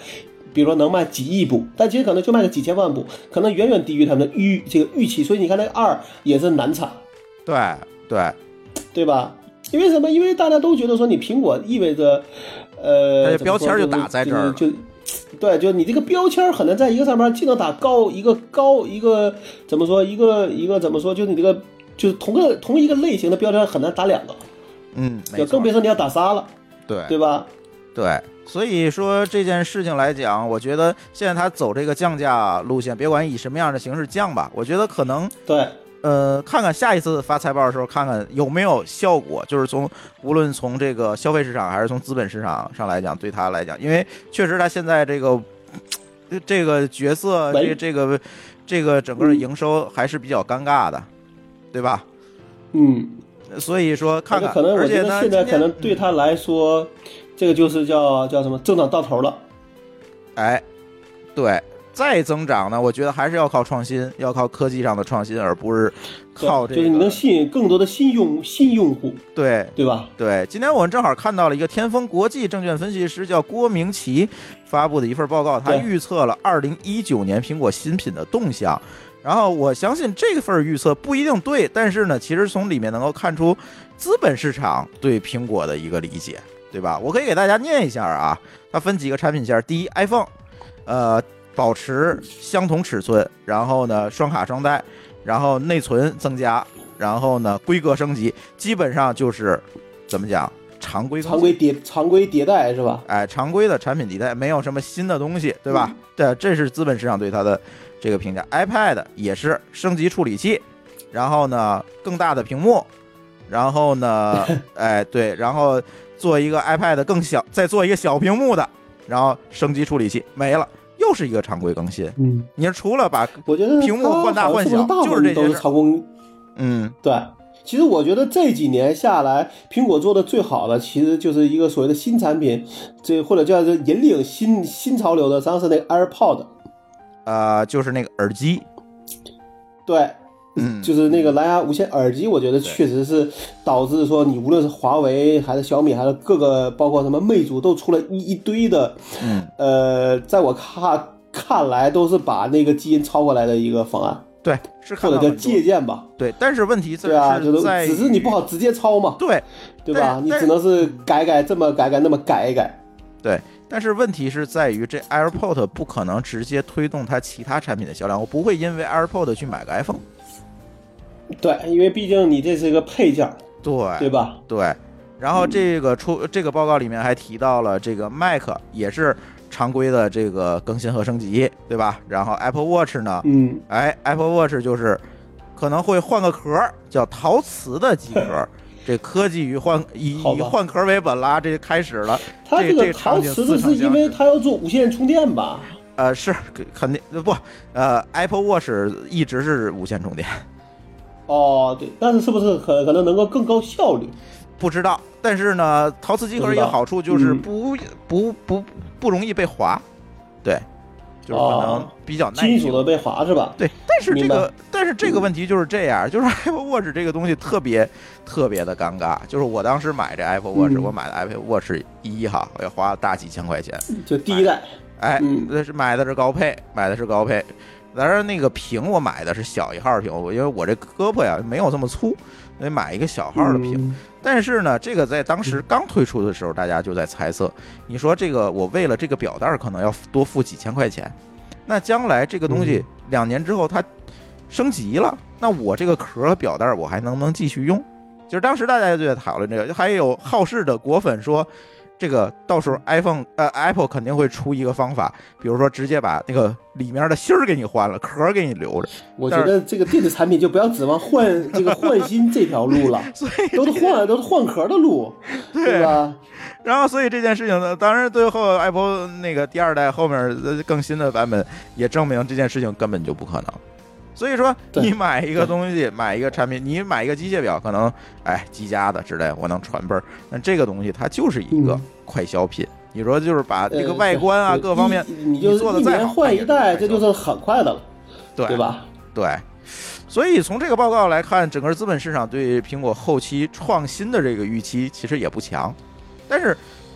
比如说能卖几亿部，但其实可能就卖个几千万部，可能远远低于他们的预这个预期。所以你看那个二也是难产， 对对对吧？因为什么？因为大家都觉得说你苹果意味着，呃， 标签就打在这儿， 就。就对，就你这个标签很难在一个上面既能打高一个高一个怎么说一个一个怎么说，就你这个就是同个同一个类型的标签很难打两个， 嗯， 就更别说你要打仨了， 对对吧？ 对，所以说这件事情来讲，我觉得现在他走这个降价路线，别管以什么样的形式降吧，我觉得可能对。 呃，看看下一次发财报的时候，看看有没有效果，就是从无论从这个消费市场还是从资本市场上来讲，对他来讲，因为确实他现在这个这个角色，这这个这个整个营收还是比较尴尬的，对吧？ 嗯， 所以说看看， 可能我觉得现在可能对他来说，这个就是叫叫什么增长到头了。 哎，对。再增长呢，我觉得还是要靠创新，要靠科技上的创新，而不是靠这个。 就是你能吸引更多的新用新用户， 对对吧？ 对，今天我们正好看到了一个天风国际证券分析师叫郭明奇发布的一份报告，他预测了二零一九年苹果新品的动向。然后我相信这份预测不一定对，但是呢，其实从里面能够看出资本市场对苹果的一个理解，对吧？我可以给大家念一下啊，它分几个产品线，第一 ，iPhone， 呃。保持相同尺寸，然后呢双卡双待，然后内存增加，然后呢规格升级，基本上就是怎么讲常规常规迭常规迭代是吧？ 哎，常规的产品迭代，没有什么新的东西，对吧？嗯、对，这是资本市场对它的这个评价。iPad 也是升级处理器，然后呢更大的屏幕，然后呢哎对，然后做一个 iPad 更小，再做一个小屏幕的，然后升级处理器没了。又是一个常规更新，嗯，你除了把我觉得屏幕换大换小，就是这些都是常规， 嗯， 对。其实我觉得这几年下来，苹果做的最好的，其实就是一个所谓的新产品，这或者叫做引领新新潮流的，实际上是那个 AirPod， 呃，就是那个耳机， 对。 嗯， 就是那个蓝牙无线耳机，我觉得确实是导致说你无论是华为还是小米还是各个包括什么魅族都出了一一堆的， 嗯， 呃，在我看看来都是把那个基因抄过来的一个方案， 对，是或者叫借鉴吧， 对，但是问题在对啊，就是只是你不好直接抄嘛， 对， 对吧？你只能是改改这么改改那么改一改， 对。但是问题是在于这 AirPod 不可能直接推动它其他产品的销量，我不会因为 AirPod 去买个 iPhone。 对，因为毕竟你这是一个配件， 对对吧？ 对。然后这个出这个报告里面还提到了这个 Mac 也是常规的这个更新和升级，对吧？然后 Apple Watch 呢， 嗯， 哎 ，Apple Watch 就是可能会换个壳，叫陶瓷的机壳。这科技与换以以换壳为本啦，这开始了。 它这个陶瓷的是因为它要做无线充电吧？ 呃，是肯定不，呃 ，Apple Watch 一直是无线充电。 哦，对，但是是不是可可能能够更高效率？ 不知道，但是呢，陶瓷机壳一个好处就是不、嗯、不不不容易被划，对，就是可能比较耐、哦、 金属的被划是吧？ 对，但是这个但是这个问题就是这样，嗯、就是 Apple Watch 这个东西特别特别的尴尬，就是我当时买这 Apple Watch，、嗯、我买的 Apple Watch 一哈，我要花大几千块钱， 就第一代， 哎，那、嗯、是买的是高配，买的是高配。当然，那个屏我买的是小一号屏，因为我这胳膊呀没有这么粗，所以买一个小号的屏。嗯、但是呢，这个在当时刚推出的时候，大家就在猜测，你说这个我为了这个表带可能要多付几千块钱，那将来这个东西两年之后它升级了，那我这个壳和表带我还能不能继续用？就是当时大家就在讨论这个，还有好事的果粉说。这个到时候 iPhone 呃 Apple 肯定会出一个方法，比如说直接把那个里面的芯儿给你换了，壳给你留着。 我觉得这个电子产品就不要指望换这个换新这条路了， 所以都是换都是换壳的路，对吧？ 然后所以这件事情呢，当然最后 Apple 那个第二代后面更新的版本也证明这件事情根本就不可能。所以说，你买一个东西，买一个产品，你买一个机械表，可能哎积家的之类，我能传辈儿。但这个东西它就是一个快消品。嗯、你说就是把这个外观啊、呃、各方面， 你就做的再好，一年换一代，这就是很快的了， 对对吧？ 对。所以从这个报告来看，整个资本市场对苹果后期创新的这个预期其实也不强。但是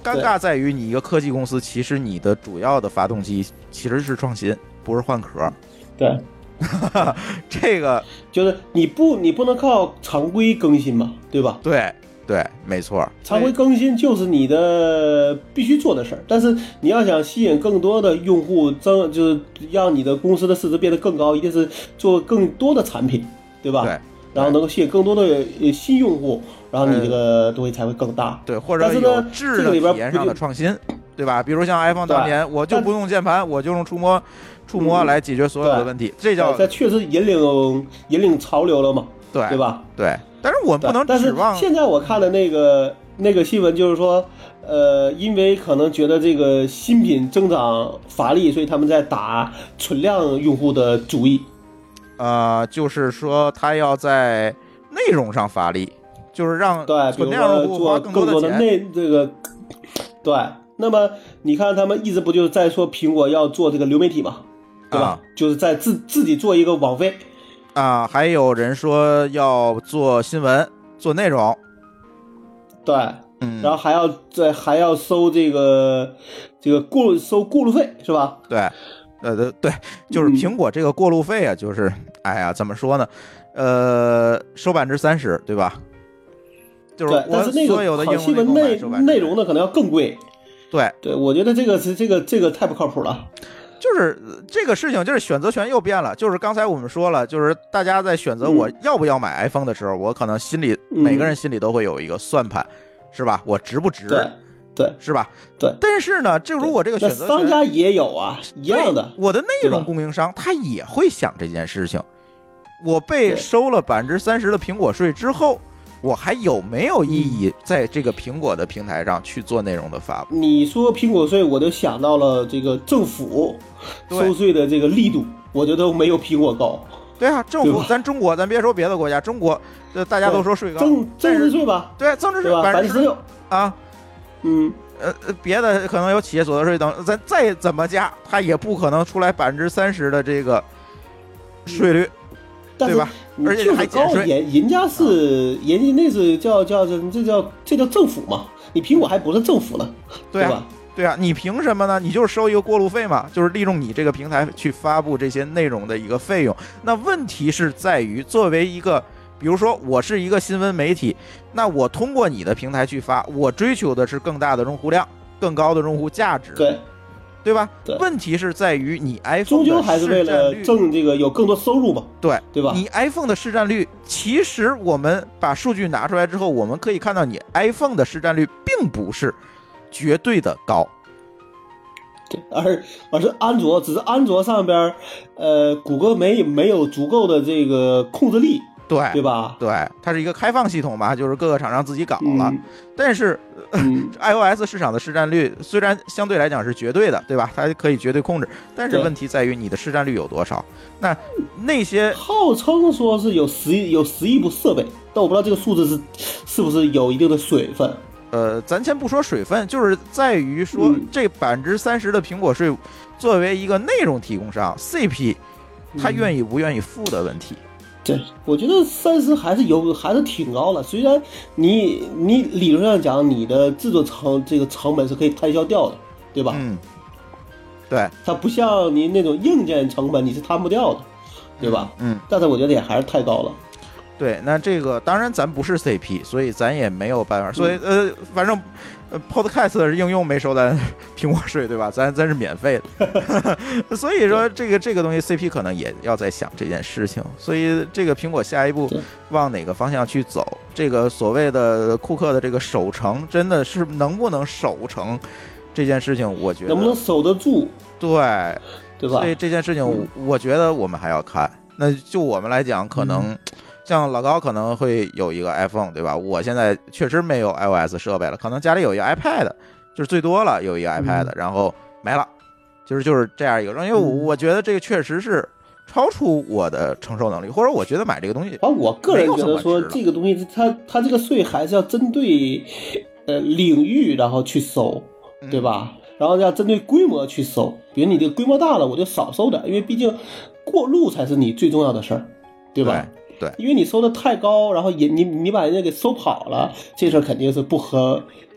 尴尬在于你一个科技公司，其实你的主要的发动机其实是创新，不是换壳。 对， 这个就是你不你不能靠常规更新嘛，对吧？ 对对，没错， 常规更新就是你的必须做的事儿，但是你要想吸引更多的用户，增就是让你的公司的市值变得更高，一定是做更多的产品，对吧？ 对。 然后能够吸引更多的新用户，然后你这个东西才会更大。 对，或者有质的体验上的创新，对吧？比如像 iPhone 当年，我就不用键盘，我就用触摸触摸来解决所有的问题，这叫这确实引领引领潮流了嘛？ 对， 对吧？ 对。但是我们不能指望。 但是现在我看的那个那个新闻就是说，呃，因为可能觉得这个新品增长乏力，所以他们在打存量用户的主意。 呃，就是说他要在内容上发力，就是让存量用户花更多的钱。 的内这个，对。那么你看，他们一直不就是在说苹果要做这个流媒体嘛，对吧？啊、就是在自自己做一个网飞啊，还有人说要做新闻、做内容， 对，嗯，然后还要再还要收这个这个过收过路费，是吧？ 对。呃对对，就是苹果这个过路费啊，就是、嗯、哎呀，怎么说呢？呃，收百分之三十，对吧？就是我所有的新闻内内容呢，可能要更贵。 对对，我觉得这个是这个这个太不靠谱了。 就是这个事情，就是选择权又变了。就是刚才我们说了，就是大家在选择我要不要买 iPhone 的时候，嗯、我可能心里、嗯、每个人心里都会有一个算盘，是吧？我值不值？ 对。对， 是吧？ 对， 但是呢，这如果这个选择权， 商家也有啊，一样的。 我的内容供应商他也会想这件事情。我被收了百分之三十的苹果税之后，我还有没有意义在这个苹果的平台上去做内容的发布？ 你说苹果税，我就想到了这个政府收税的这个力度，我觉得没有苹果高。 对啊，政府，咱中国，咱别说别的国家，中国，大家都说税高， 增增值税吧？ 对，增值税百分之十六啊。 嗯， 呃，别的可能有企业所得税等，咱再怎么加，它也不可能出来百分之三十的这个税率， 嗯、 对吧？而且还减税。 人人家是，人家那是叫叫这这叫这叫政府嘛？你苹果还不是政府呢， 对啊、 对吧？ 对啊，你凭什么呢？你就是收一个过路费嘛，就是利用你这个平台去发布这些内容的一个费用。那问题是在于，作为一个。比如说我是一个新闻媒体，那我通过你的平台去发，我追求的是更大的用户量，更高的用户价值， 对， 对吧？ 对， 问题是在于你 iPhone 终究还是为了挣这个有更多收入嘛， 对对吧？ 你 iPhone 的市占率，其实我们把数据拿出来之后，我们可以看到你 iPhone 的市占率并不是绝对的高。 对，而而是安卓，只是安卓上边，呃，谷歌没没有足够的这个控制力。 对对吧？ 对，它是一个开放系统嘛，就是各个厂商自己搞了。 嗯、 但是、嗯、iOS 市场的市占率虽然相对来讲是绝对的，对吧？它可以绝对控制，但是问题在于你的市占率有多少？那那些号称说是有十亿有十亿部设备，但我不知道这个数字是是不是有一定的水分。 呃，咱先不说水分，就是在于说、嗯、这百分之三十的苹果税，作为一个内容提供商 C P， 他愿意不愿意付的问题。 对，我觉得三十还是有，还是挺高的。虽然你你理论上讲，你的制作成这个成本是可以摊销掉的，对吧？ 嗯，对， 它不像你那种硬件成本你是摊不掉的，对吧？ 嗯， 但是我觉得也还是太高了。 对，那这个当然咱不是 C P， 所以咱也没有办法。所以呃，反正。呃 ，Podcast 的应用没收咱苹果税，对吧？咱咱是免费的，所以说这个这个东西 C P 可能也要在想这件事情。所以这个苹果下一步往哪个方向去走？这个所谓的库克的这个守成，真的是能不能守成这件事情？我觉得能不能守得住？ 对， 对吧？ 所以这件事情，嗯、我觉得我们还要看。那就我们来讲，可能。嗯像老高可能会有一个 iPhone， 对吧？我现在确实没有 iOS 设备了，可能家里有一个 iPad， 就是最多了有一个 iPad，、嗯、然后没了，就是就是这样一个。因为我我觉得这个确实是超出我的承受能力，或者我觉得买这个东西， 而我个人觉得说这个东西它它这个税还是要针对呃领域然后去收，对吧？嗯、然后要针对规模去收，比如你这个规模大了，我就少收点，因为毕竟过路才是你最重要的事儿，对吧？ 对对， 因为你收的太高，然后也你你把人家给收跑了，这事儿肯定是不合，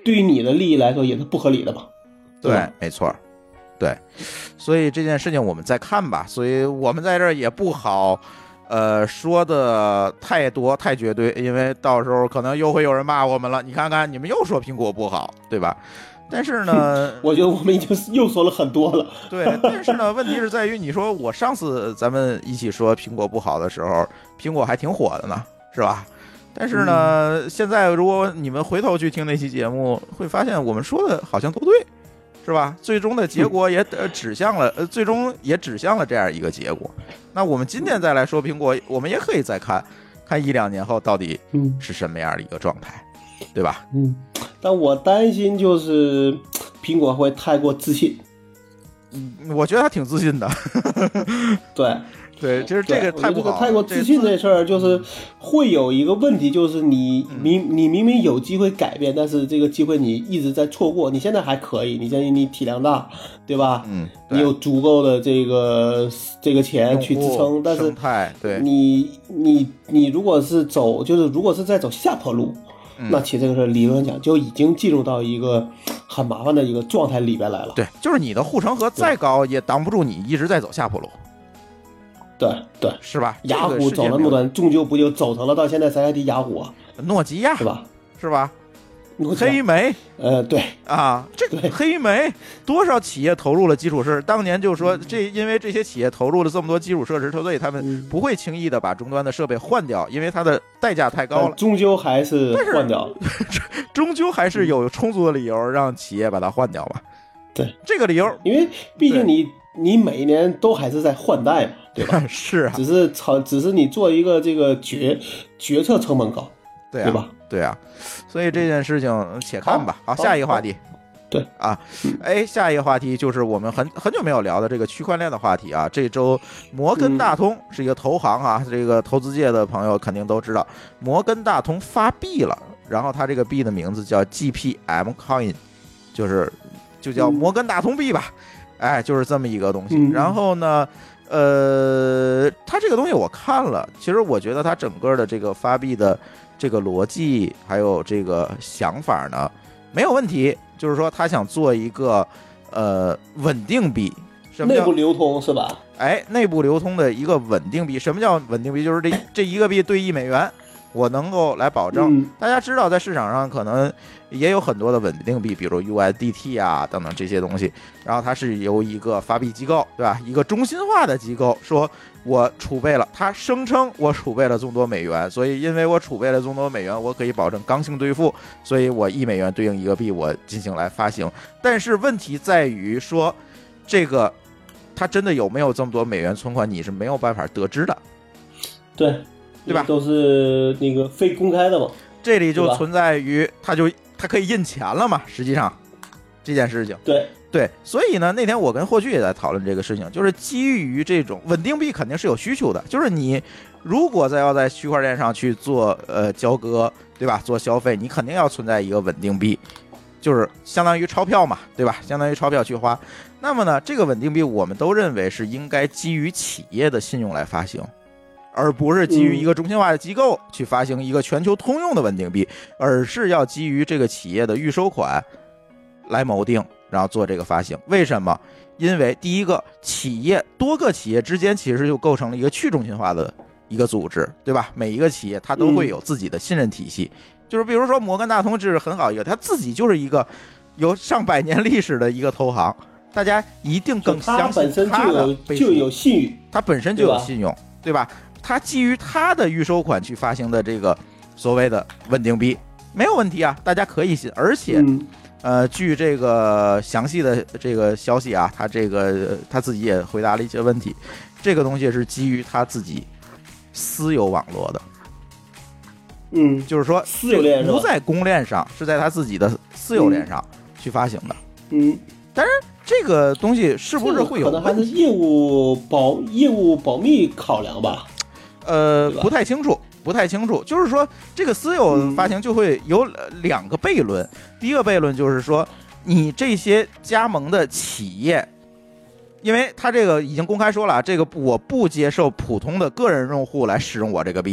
对于你的利益来说也是不合理的嘛。 对，对没错，对，所以这件事情我们再看吧。所以我们在这儿也不好，呃，说的太多太绝对，因为到时候可能又会有人骂我们了。你看看，你们又说苹果不好，对吧？但是呢， 我觉得我们已经又说了很多了。 对，但是呢，问题是在于，你说我上次咱们一起说苹果不好的时候，苹果还挺火的呢，是吧？但是呢，嗯、现在如果你们回头去听那期节目，会发现我们说的好像都对，是吧？最终的结果也呃指向了，呃，最终也指向了这样一个结果。那我们今天再来说苹果，我们也可以再看看一两年后到底是什么样的一个状态，对吧？ 嗯。但我担心就是苹果会太过自信。 嗯，我觉得他挺自信的。 对对，就是这个太不好。 太过自信这事儿，就是会有一个问题，就是你明、嗯、你明明有机会改变，但是这个机会你一直在错过。你现在还可以，你现在你体量大，对吧？ 嗯， 你有足够的这个这个钱去支撑，但是对你你你如果是走，就是如果是在走下坡路。那其实这个是理论讲就已经进入到一个很麻烦的一个状态里边来了。 对，就是你的护城河再高也挡不住你一直在走下坡路。 对对， 是吧？ 雅虎走了那么短，终究不就走成了到现在谁还提雅虎啊？ 诺基亚是吧？ 是吧？黑莓， 呃，对啊，这个黑莓多少企业投入了基础设施？当年就说这，因为这些企业投入了这么多基础设施，所以他们不会轻易的把终端的设备换掉，因为它的代价太高了。 终究还是换掉， 终究还是有充足的理由让企业把它换掉吧。 对， 这个理由， 因为毕竟你你每一年都还是在换代嘛，对吧？ 是啊， 只是超，只是你做一个这个决决策成本高， 对啊， 对吧？ 对啊，所以这件事情且看吧。好，好下一个话题。 对啊，哎，下一个话题就是我们很很久没有聊的这个区块链的话题啊。这周摩根大通是一个投行啊，嗯、这个投资界的朋友肯定都知道，摩根大通发币了，然后它这个币的名字叫 G P M Coin， 就是就叫摩根大通币吧。嗯、哎，就是这么一个东西。 嗯、 然后呢，呃，它这个东西我看了，其实我觉得它整个的这个发币的这个逻辑还有这个想法呢没有问题，就是说他想做一个呃稳定币，什么叫内部流通是吧？ 哎，内部流通的一个稳定币。什么叫稳定币？就是这这一个币兑一美元，我能够来保证。 嗯、 大家知道，在市场上可能也有很多的稳定币，比如 U S D T 啊等等这些东西。然后它是由一个发币机构，对吧？一个中心化的机构说，我储备了，他声称我储备了众多美元，所以因为我储备了众多美元，我可以保证刚性兑付，所以我一美元对应一个币，我进行来发行。但是问题在于说，这个他真的有没有这么多美元存款，你是没有办法得知的， 对对吧？ 都是那个非公开的嘛。 这里就存在于他就他可以印钱了嘛，实际上这件事情， 对。 对，所以呢，那天我跟霍炬也在讨论这个事情，就是基于这种稳定币肯定是有需求的，就是你如果再要在区块链上去做呃交割，对吧？做消费，你肯定要存在一个稳定币，就是相当于钞票嘛，对吧？相当于钞票去花。那么呢，这个稳定币我们都认为是应该基于企业的信用来发行，而不是基于一个中心化的机构去发行一个全球通用的稳定币，而是要基于这个企业的预收款来锚定。然后做这个发行，为什么？因为第一个，企业多个企业之间其实就构成了一个去中心化的一个组织，对吧？每一个企业它都会有自己的信任体系，嗯、就是比如说摩根大通这是很好一个，它自己就是一个有上百年历史的一个投行，大家一定更相信它的背书， 就有信誉， 它本身就有信用，对吧？它基于它的预收款去发行的这个所谓的稳定币没有问题啊，大家可以信，而且。嗯呃，据这个详细的这个消息啊，他这个他自己也回答了一些问题。这个东西是基于他自己私有网络的， 嗯， 就是说私有链不在公链上，是在他自己的私有链上去发行的。 嗯， 但是这个东西是不是会有可能还是业务保业务保密考量吧？ 呃，不太清楚。不太清楚，就是说这个私有发行就会有两个悖论。嗯、第一个悖论就是说，你这些加盟的企业，因为他这个已经公开说了，这个我不接受普通的个人用户来使用我这个币，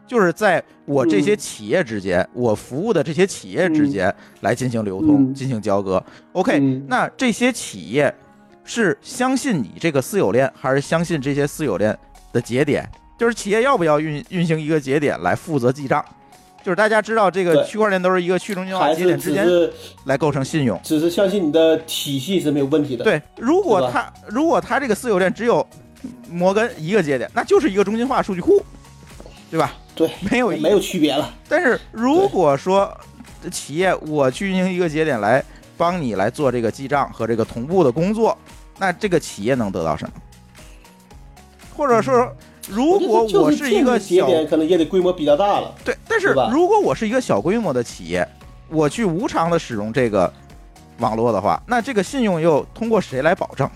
就是在我这些企业之间，嗯、我服务的这些企业之间来进行流通、嗯、进行交割。OK，、嗯、那这些企业是相信你这个私有链，还是相信这些私有链的节点？就是企业要不要运运行一个节点来负责记账？就是大家知道，这个区块链都是一个去中心化节点之间来构成信用， 只是相信你的体系是没有问题的。 对，如果它如果它这个私有链只有摩根一个节点，那就是一个中心化数据库，对吧？ 对， 没有没有区别了。 但是如果说企业我去运行一个节点来帮你来做这个记账和这个同步的工作，那这个企业能得到什么？或者说，如果我是一个节点，可能也得规模比较大了。 对，但是如果我是一个小规模的企业，我去无偿的使用这个网络的话，那这个信用又通过谁来保证？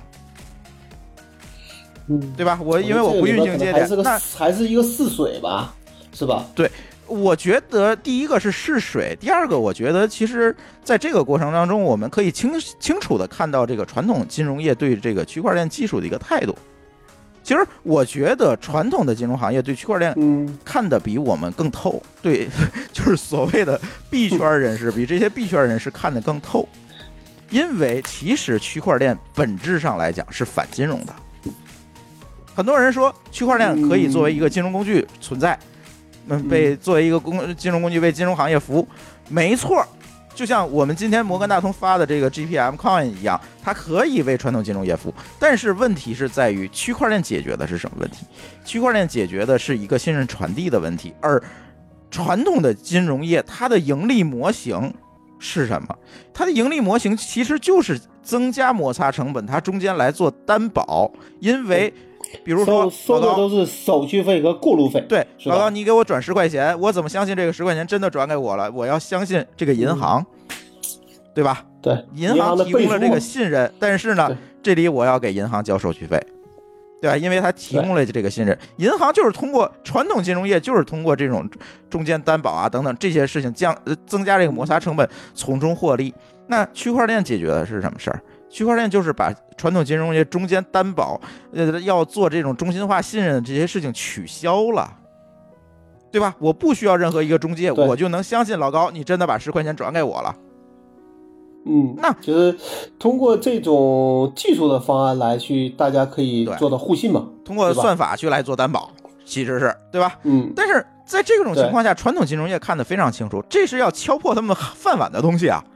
嗯， 对吧？我因为我不运行节点， 那还是一个试水吧，是吧？ 对，我觉得第一个是试水，第二个我觉得其实在这个过程当中，我们可以清清楚的看到这个传统金融业对这个区块链技术的一个态度。其实我觉得传统的金融行业对区块链看得比我们更透，嗯、对，就是所谓的币圈人士比这些币圈人士看得更透，因为其实区块链本质上来讲是反金融的。很多人说区块链可以作为一个金融工具存在，嗯，被作为一个工金融工具为金融行业服务，没错。就像我们今天摩根大通发的这个 G P M Coin 一样，它可以为传统金融业服务，但是问题是在于区块链解决的是什么问题？区块链解决的是一个信任传递的问题，而传统的金融业它的盈利模型是什么？它的盈利模型其实就是增加摩擦成本，它中间来做担保，因为比如说收的都是手续费和过路费。 对，老高，你给我转十块钱，我怎么相信这个十块钱真的转给我了？我要相信这个银行，嗯、对吧？ 对， 银行提供了这个信任，但是呢，这里我要给银行交手续费，对吧？因为它提供了这个信任，银行就是通过传统金融业就是通过这种中间担保啊等等这些事情降增加这个摩擦成本，从中获利。那区块链解决的是什么事儿？区块链就是把传统金融业中间担保，呃，要做这种中心化信任的这些事情取消了，对吧？我不需要任何一个中介，我就能相信老高，你真的把十块钱转给我了。 嗯， 那就是通过这种技术的方案来去，大家可以做到互信嘛， 通过算法去来做担保，其实是对吧？ 嗯， 但是在这种情况下，传统金融业看得非常清楚，这是要敲破他们饭碗的东西啊。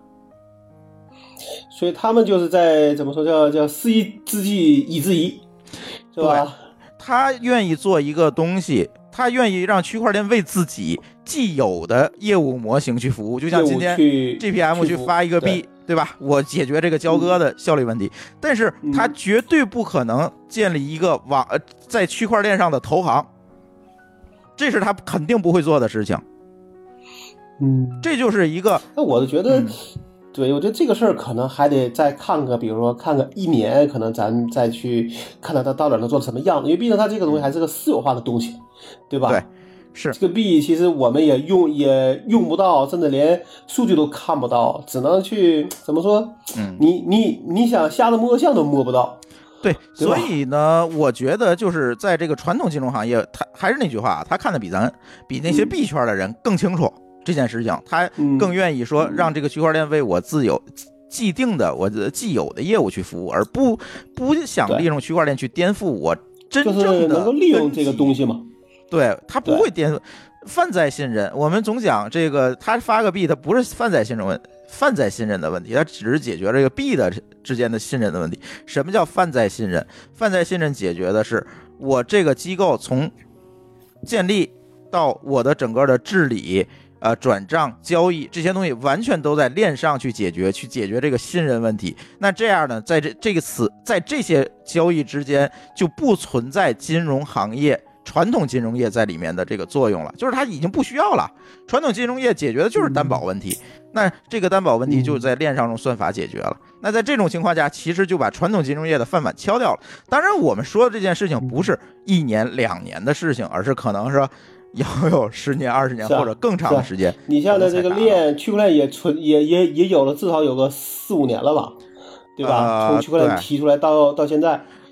所以他们就是在怎么说叫叫师夷之技以制夷，是吧？ 他愿意做一个东西，他愿意让区块链为自己既有的业务模型去服务，就像今天 G P M 去发一个币， 对, 对吧？我解决这个交割的效率问题，嗯、但是他绝对不可能建立一个网呃在区块链上的投行，这是他肯定不会做的事情。 嗯， 这就是一个。 那我就觉得。嗯对，我觉得这个事儿可能还得再看个，比如说看个一年，可能咱再去看看它到底能做成什么样子，因为毕竟它这个东西还是个私有化的东西，对吧？ 对，是这个币，其实我们也用也用不到，甚至连数据都看不到，只能去怎么说？嗯，你你你想瞎子摸象都摸不到。 对，所以呢，我觉得就是在这个传统金融行业，他还是那句话，他看的比咱比那些币圈的人更清楚。嗯这件事情，他更愿意说让这个区块链为我自有既定的我既有的业务去服务，而不不想利用区块链去颠覆我真正的、 就是、能够利用这个东西嘛？ 对，他不会颠覆泛在信任。我们总讲这个，他发个币，他不是泛在信任问泛在信任的问题，他只是解决这个币的之间的信任的问题。什么叫泛在信任？泛在信任解决的是我这个机构从建立到我的整个的治理。呃，转账、交易这些东西完全都在链上去解决，去解决这个信任问题。那这样呢，在这这个词，在这些交易之间就不存在金融行业、传统金融业在里面的这个作用了，就是它已经不需要了。传统金融业解决的就是担保问题，那这个担保问题就在链上用算法解决了。那在这种情况下，其实就把传统金融业的饭碗敲掉了。当然，我们说的这件事情不是一年两年的事情，而是可能是。要有十年、二十年或者更长的时间。 你像的这个链，区块链也存也也也有了，至少有个四五年了吧，对吧？呃、从区块链提出来到到现在，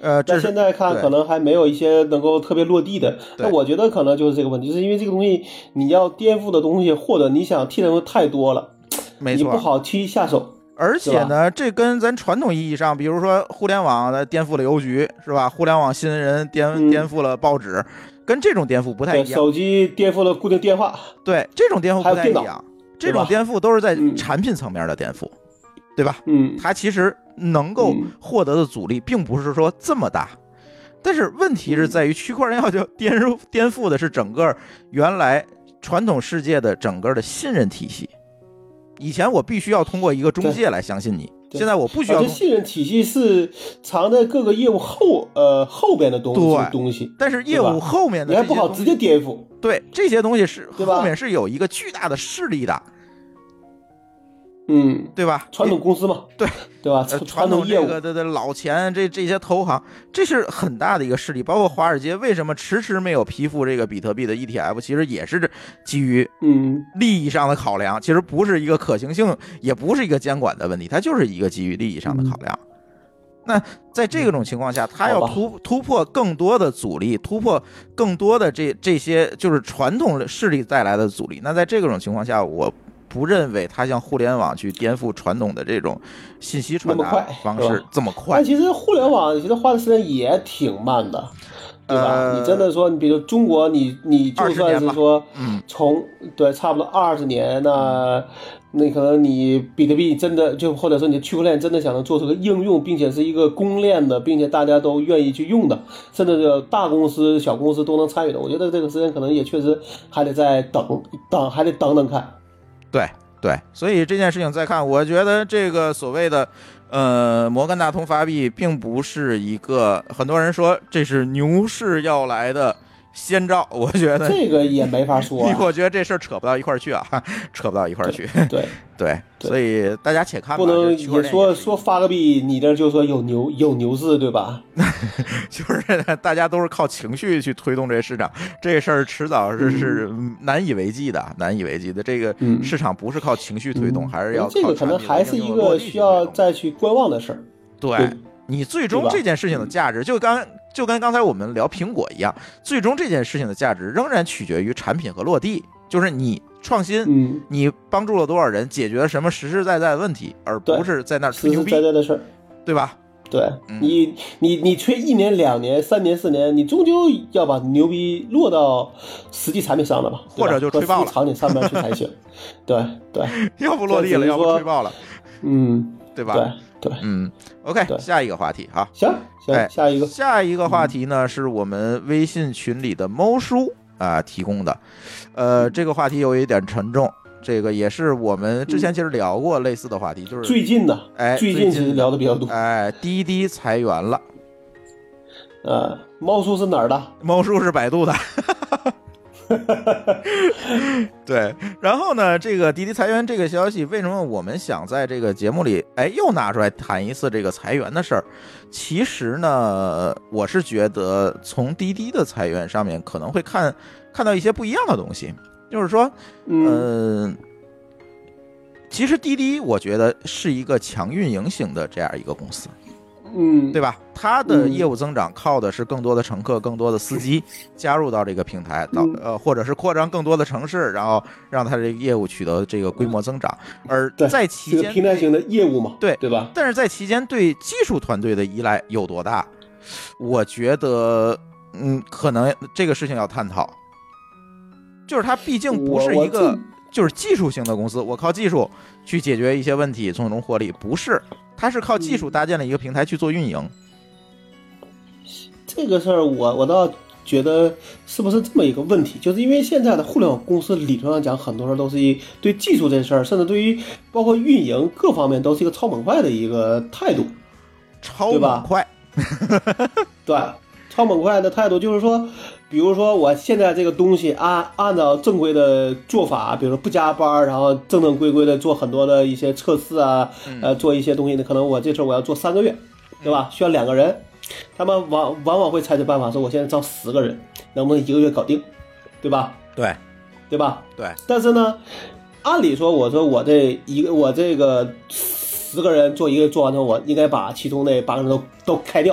呃， 但现在看可能还没有一些能够特别落地的。那我觉得可能就是这个问题，就是因为这个东西你要颠覆的东西，或者你想替代的太多了， 没错， 你不好去下手。 而且呢，这跟咱传统意义上，比如说互联网的颠覆了邮局，是吧？互联网新人颠、嗯、颠覆了报纸，跟这种颠覆不太一样。 手机颠覆了固定电话， 对，这种颠覆不太一样。这种颠覆都是在产品层面的颠覆，嗯、对吧？ 嗯， 它其实能够获得的阻力并不是说这么大，但是问题是在于区块链要就颠覆颠覆的是整个原来传统世界的整个的信任体系。以前我必须要通过一个中介来相信你，现在我不需要。 这信任体系是藏在各个业务后呃后边的东西东西， 但是业务后面的你还不好直接颠覆。 对，这些东西是后面是有一个巨大的势力的。 嗯， 对吧？ 传统公司嘛， 对对吧？ 传统这个的的老钱，这这些投行，这是很大的一个势力。包括华尔街为什么迟迟没有批复这个比特币的 E T F， 其实也是基于嗯利益上的考量，其实不是一个可行性，也不是一个监管的问题，它就是一个基于利益上的考量。嗯、那在这种情况下，它要突突破更多的阻力，突破更多的这这些就是传统势力带来的阻力。那在这种情况下，我不认为它像互联网去颠覆传统的这种信息传达方式这么快。 但其实互联网其实花的时间也挺慢的，对吧？呃、你真的说，你比如中国，你你就算是说从，嗯、对差不多二十年呢，那可能你比特币真的就或者说你的区块链真的想能做出个应用，并且是一个公链的，并且大家都愿意去用的，甚至是大公司、小公司都能参与的，我觉得这个时间可能也确实还得再等等，还得等等看。 对对，所以这件事情再看，我觉得这个所谓的呃摩根大通发币并不是一个，很多人说这是牛市要来的先兆，我觉得这个也没法说、啊， 我觉得这事儿扯不到一块儿去啊，扯不到一块儿去。 对对，对，所以大家且看吧。 不能也说说发个币，你这就说有牛有牛市，对吧？ 就是大家都是靠情绪去推动这个市场，这个事儿迟早是、嗯、是难以为继的，难以为继的。这个市场不是靠情绪推动，嗯、还是要靠这个可能还是一个需要再去观望的事儿。 对。对，你最终这件事情的价值，就刚就跟刚才我们聊苹果一样，最终这件事情的价值仍然取决于产品和落地，就是你创新， 嗯， 你帮助了多少人，解决了什么实实在在的问题，而不是在那儿吹牛逼， 实实在在的事儿， 对吧？ 对、嗯、你，你你吹一年、两年、三年、四年，你终究要把牛逼落到实际产品上了吧， 或者就吹爆了， 场景上面去才行。对对， 要不落地了，要不吹爆了， 嗯， 对吧？ 对。对， 嗯 ，OK， 下一个话题哈， 行，行、哎，下一个， 下一个话题呢、嗯、是我们微信群里的猫叔啊提供的，呃，这个话题有一点沉重，这个也是我们之前其实聊过类似的话题，嗯、就是最近的， 哎， 最近其实聊的比较多， 哎，滴滴裁员了， 呃，猫叔是哪儿的？ 猫叔是百度的。对，然后呢，这个滴滴裁员这个消息，为什么我们想在这个节目里，哎，又拿出来谈一次这个裁员的事儿？其实呢，我是觉得从滴滴的裁员上面可能会看看到一些不一样的东西，就是说，嗯、呃，其实滴滴我觉得是一个强运营型的这样一个公司。 嗯， 对吧？它的业务增长靠的是更多的乘客、更多的司机加入到这个平台，到呃，或者是扩张更多的城市，然后让它这个业务取得这个规模增长。而在期间， 平台型的业务嘛， 对对吧？ 但是在期间对技术团队的依赖有多大？我觉得，嗯，可能这个事情要探讨。就是它毕竟不是一个就是技术型的公司，我靠技术去解决一些问题，从中获利，不是。它是靠技术搭建了一个平台去做运营， 这个事儿我我倒觉得是不是这么一个问题，就是因为现在的互联网公司理论上讲，很多人都是对技术这事儿，甚至对于包括运营各方面都是一个超猛快的一个态度， 超猛快， 对，超猛快的态度就是说，比如说我现在这个东西按按照正规的做法，比如说不加班，然后正正规规的做很多的一些测试啊，呃，做一些东西呢，可能我这事儿我要做三个月，对吧？需要两个人，他们往往往会采取办法说，我现在招十个人，能不能一个月搞定，对吧？ 对， 对吧？ 对。但是呢，按理说，我说我这一个我这个十个人做一个做完之后，我应该把其中那八个人都都开掉。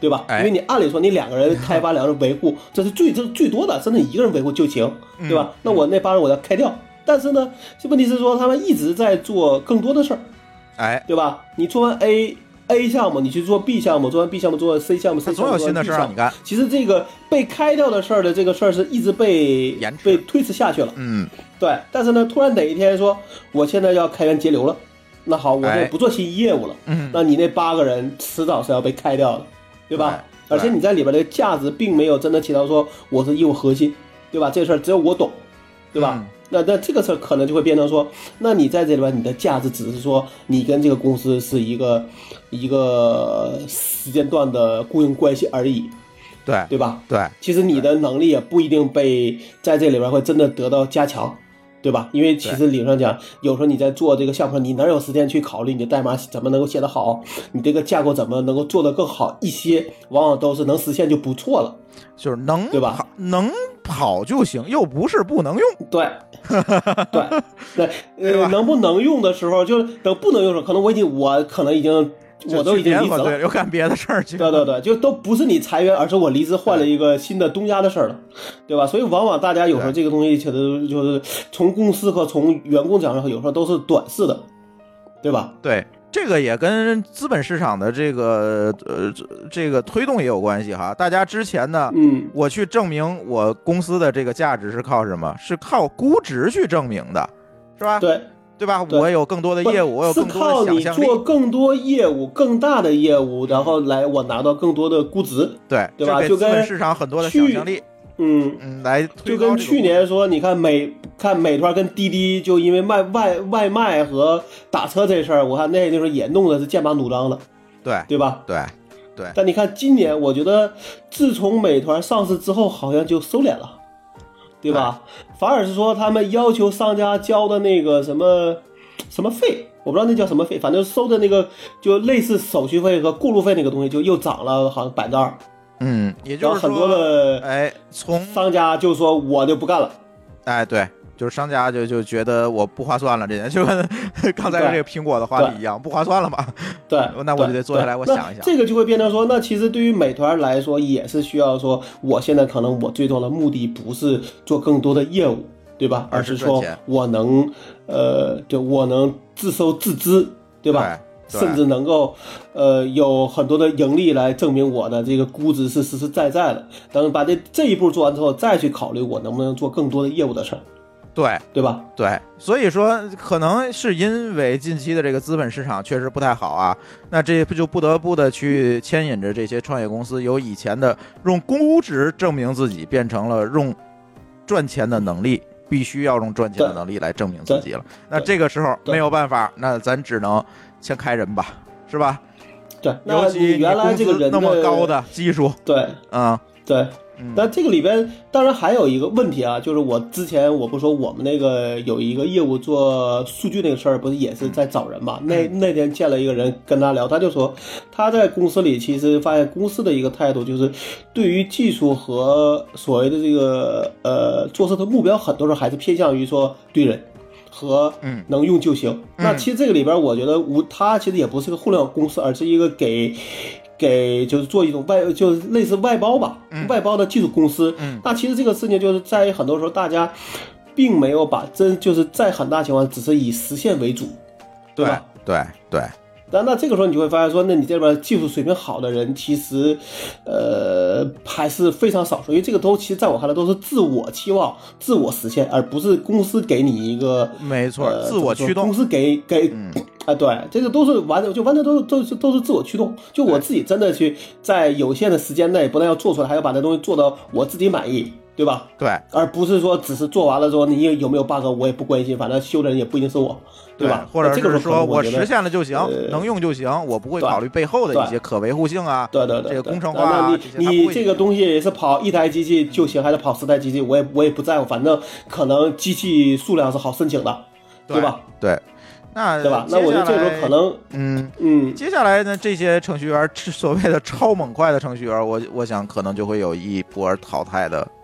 对吧？ 哎因为你按理说你两个人开发，两个人维护，这是最这是最多的，甚至一个人维护就行，对吧？ 嗯、 那我那帮人我要开掉，但是呢，这问题是说他们一直在做更多的事儿， 哎， 对吧？你做完 A A 项目，你去做 B 项目，做完 B 项目做 C 项目 ，C 项目总有新的事儿让你干。 其实这个被开掉的事儿的这个事儿是一直被延迟被推迟下去了， 嗯， 对。但是呢，突然哪一天说我现在要开源节流了，那好，我哎这不做新业务了， 嗯， 那你那八个人迟早是要被开掉的，对吧？ 对而且你在里边的价值并没有真的起到说我是业务核心，对吧？这事儿只有我懂，对吧？ 嗯、 那那这个事儿可能就会变成说，那你在这里边你的价值只是说你跟这个公司是一个一个时间段的雇佣关系而已， 对对吧？ 对， 其实你的能力也不一定被在这里边会真的得到加强。对吧？因为其实理论上讲，有时候你在做这个项目上，你哪有时间去考虑你的代码怎么能够写得好，你这个架构怎么能够做得更好一些，往往都是能实现就不错了。 就是能对吧？ 能跑就行，又不是不能用。 对，对，对，呃，能不能用的时候，就等不能用的时候，可能我已经，我可能已经。我都已经离职了， 又干别的事儿去。 对对对，就都不是你裁员，而是我离职换了一个新的东家的事儿了，对吧？所以往往大家有时候这个东西其实就是从公司和从员工角度上，有时候都是短视的，对吧？ 对，这个也跟资本市场的这个呃这个推动也有关系哈。大家之前呢， 嗯， 我去证明我公司的这个价值是靠什么？是靠估值去证明的，是吧？ 对。 对吧？我有更多的业务，我有更多的想象力。 是靠你做更多业务、更大的业务，然后来我拿到更多的估值， 对对吧？ 就跟市场很多的想象力， 嗯嗯，来推就跟去年说，你看美看美团跟滴滴，就因为卖外外卖和打车这事儿，我看那那时候也弄的是剑拔弩张的， 对对吧？ 对对。 但你看今年，我觉得自从美团上市之后，好像就收敛了。对吧？反而是说他们要求商家交的那个什么什么费，我不知道那叫什么费，反正收的那个就类似手续费和过路费那个东西就又涨了，好像百分之二。 嗯，也就是说很多的哎，从商家就说我就不干了。 哎，对，就是商家就就觉得我不划算了，这件就跟刚才这个苹果的话题一样，不划算了嘛。 对， 那我就得坐下来，我想一想。 这个就会变成说，那其实对于美团来说，也是需要说，我现在可能我最终的目的不是做更多的业务，对吧？而是说我能，呃，就我能自收自支，对吧？ 对甚至能够，呃，有很多的盈利来证明我的这个估值是实实在在的。等把这这一步做完之后，再去考虑我能不能做更多的业务的事儿。 对对吧？ 对，所以说可能是因为近期的这个资本市场确实不太好啊，那这不就不得不的去牵引着这些创业公司由以前的用估值证明自己，变成了用赚钱的能力，必须要用赚钱的能力来证明自己了。那这个时候没有办法，那咱只能先开人吧，是吧？ 对， 尤其原来这个人那么高的技术， 对， 嗯， 对。但这个里边当然还有一个问题啊，就是我之前我不说我们那个有一个业务做数据那个事儿，不是也是在找人嘛？那那天见了一个人跟他聊，他就说他在公司里其实发现公司的一个态度就是对于技术和所谓的这个呃做事的目标，很多时候还是偏向于说对人和能用就行。 嗯、 那其实这个里边我觉得无他其实也不是个互联网公司，而是一个给。给就是做一种外，就是类似外包吧， 嗯、 外包的技术公司。 嗯， 那其实这个事情就是在于很多时候大家并没有把真就是在很大情况只是以实现为主，对吧？ 对对。对那那这个时候你就会发现说，那你这边技术水平好的人，其实，呃，还是非常少数，因为这个都其实在我看来都是自我期望、自我实现，而不是公司给你一个没错、 呃、 自我驱动。 公司给给， 嗯、 啊，对，这个都是完就完全都是都是都是自我驱动。就我自己真的去在有限的时间内，不但要做出来，还要把这东西做到我自己满意。对吧？ 对， 而不是说只是做完了之后你有没有 bug 我也不关心，反正修的人也不一定是我，对吧？ 或者是说我实现了就行， 呃、 能用就行，我不会考虑背后的一些可维护性啊， 对对对， 这个工程化啊。 那你你这个东西是跑一台机器就行，还是跑十台机器，我也我也不在乎，反正可能机器数量是好申请的， 对吧？ 对。那对吧？那我觉得这时候可能， 嗯嗯， 接下来呢，这些程序员所谓的超猛快的程序员，我我想可能就会有一波淘汰的。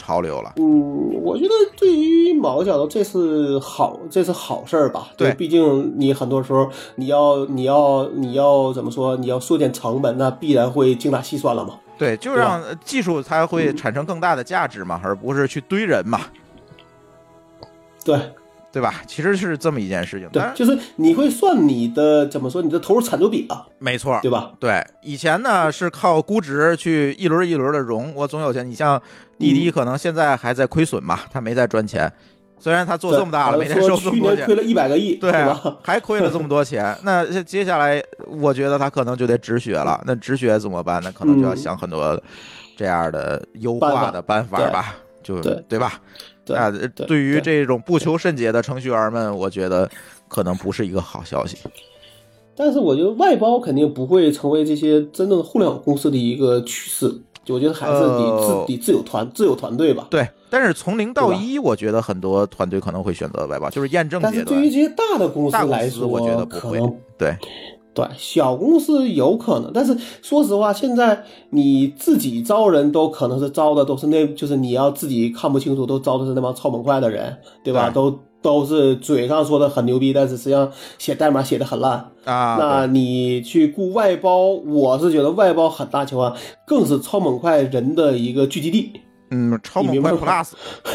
潮流了。 嗯，我觉得对于某个角度这是好，这是好事儿吧？ 对， 毕竟你很多时候你要你要你要怎么说？你要缩减成本，那必然会精打细算了嘛。 对，就让技术它会产生更大的价值嘛，而不是去堆人嘛。 对。 对吧？其实是这么一件事情。 对，就是你会算你的怎么说，你的投入产出比啊。 没错， 对吧？ 对，以前呢是靠估值去一轮一轮的融，我总有钱。你像滴滴，可能现在还在亏损嘛，他没在赚钱。虽然他做这么大了，每天收这么多钱， 去年亏了一百个亿， 对吧？ 还亏了这么多钱。那接下来，我觉得他可能就得止血了。那止血怎么办呢？可能就要想很多这样的优化的办法吧，就对对吧？那对于这种不求甚解的程序员们，我觉得可能不是一个好消息。 但是我觉得外包肯定不会成为这些真正的互联网公司的一个趋势。我觉得还是得自、呃、得自有团自有团队吧。 对，但是从零到一，我觉得很多团队可能会选择外包，就是验证阶段。 但是对于这些大的公司来说， 我觉得不会。对。 对，小公司有可能，但是说实话，现在你自己招人都可能是招的都是那，就是你要自己看不清楚，都招的是那帮超猛快的人，对吧？对都都是嘴上说的很牛逼，但是实际上写代码写的很烂啊。 那你去雇外包，我是觉得外包很大情况更是超猛快人的一个聚集地。 嗯，超猛快 plus。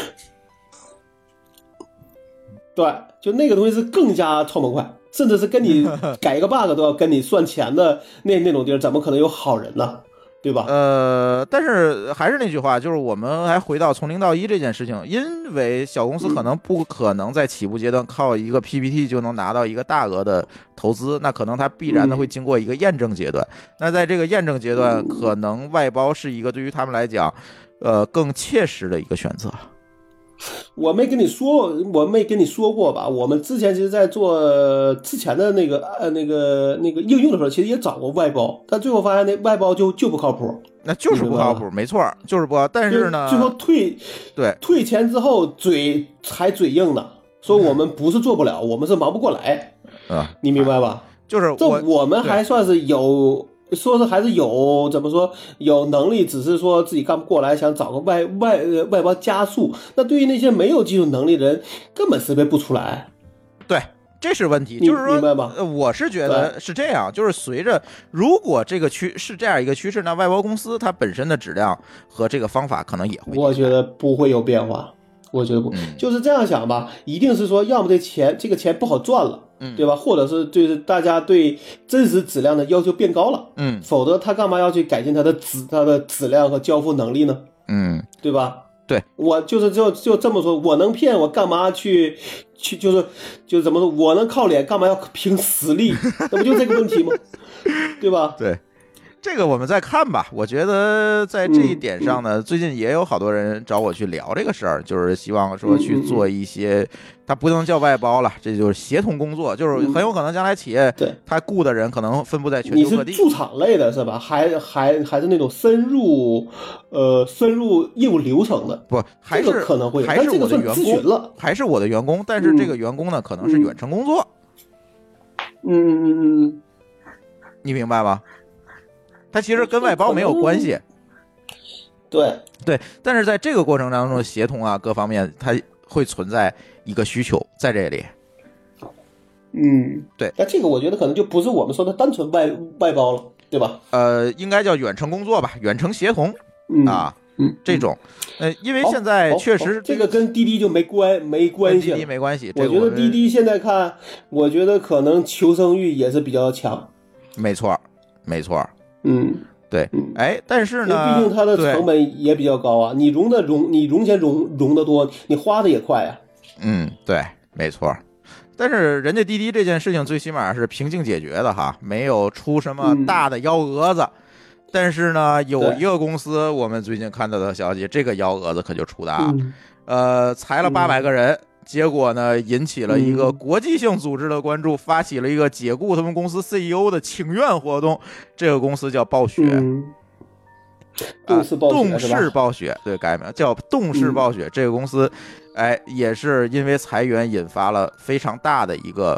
对，就那个东西是更加超猛快。甚至是跟你改一个 bug 都要跟你算钱的那那种地儿，怎么可能有好人呢？对吧？ 呃，但是还是那句话，就是我们还回到从零到一这件事情，因为小公司可能不可能在起步阶段靠一个 P P T 就能拿到一个大额的投资，那可能它必然的会经过一个验证阶段。那在这个验证阶段，可能外包是一个对于他们来讲，呃，更切实的一个选择。 我没跟你说，我没跟你说过吧？我们之前其实，在做之前的那个呃那个那个应用的时候，其实也找过外包，但最后发现那外包就就不靠谱， 那就是不靠谱，没错，就是不靠。但是呢， 最后退对退钱之后，嘴还嘴硬呢，说我们不是做不了，我们是忙不过来啊， 你明白吧？ 就是这我们还算是有。说是还是有怎么说有能力，只是说自己干不过来，想找个外外外包加速。那对于那些没有技术能力的人，根本识别不出来。 对，这是问题。就是说， 明白吗？ 我是觉得是这样，就是随着如果这个趋是这样一个趋势，那外包公司它本身的质量和这个方法可能也会， 我觉得不会有变化。我觉得不、嗯、就是这样想吧，一定是说，要么这钱这个钱不好赚了。 嗯， 对吧？或者是就是大家对真实质量的要求变高了， 嗯， 否则他干嘛要去改进他的质他的质量和交付能力呢？ 嗯， 对吧？ 对， 我就是就就这么说，我能骗我干嘛去去就是就怎么说，我能靠脸干嘛要凭实力？那不就这个问题吗？对吧？ 对。这个我们再看吧，我觉得在这一点上呢，嗯、最近也有好多人找我去聊这个事儿，就是希望说去做一些，它不能叫外包了，这就是协同工作，就是很有可能将来企业对他雇的人可能分布在全球各地。 你是驻场类的是吧？还还还是那种深入呃深入业务流程的？ 不，还是、 这个、可能会， 还是我的员工了， 还是我的员工，但是这个员工呢，嗯、可能是远程工作。 嗯嗯嗯嗯， 你明白吗？它其实跟外包没有关系， 对对，但是在这个过程当中的协同啊，各方面它会存在一个需求在这里。 嗯， 对， 但这个我觉得可能就不是我们说的单纯外外包了，对吧？ 呃，应该叫远程工作吧，远程协同、 嗯、 啊， 嗯， 这种，呃，因为现在确实、 这个、这个跟滴滴就没关没关系了， 跟滴滴没关系。 我觉得滴滴现在看，我觉得可能求生欲也是比较强。 没错，没错。 嗯， 对，哎，但是呢， 毕竟它的成本也比较高啊，你融的融，你融钱融融的多，你花的也快啊。 嗯，对，没错。但是人家滴滴这件事情最起码是平静解决的哈，没有出什么大的幺蛾子。嗯、但是呢，有一个公司，我们最近看到的消息，这个幺蛾子可就出大了， 嗯、 呃，裁了八百个人。嗯，结果呢，引起了一个国际性组织的关注，嗯、发起了一个解雇他们公司 C E O 的请愿活动。这个公司叫暴雪， 嗯、动视暴雪、啊、 动视暴雪，对，改名叫动视暴雪。嗯、这个公司，哎，也是因为裁员引发了非常大的一个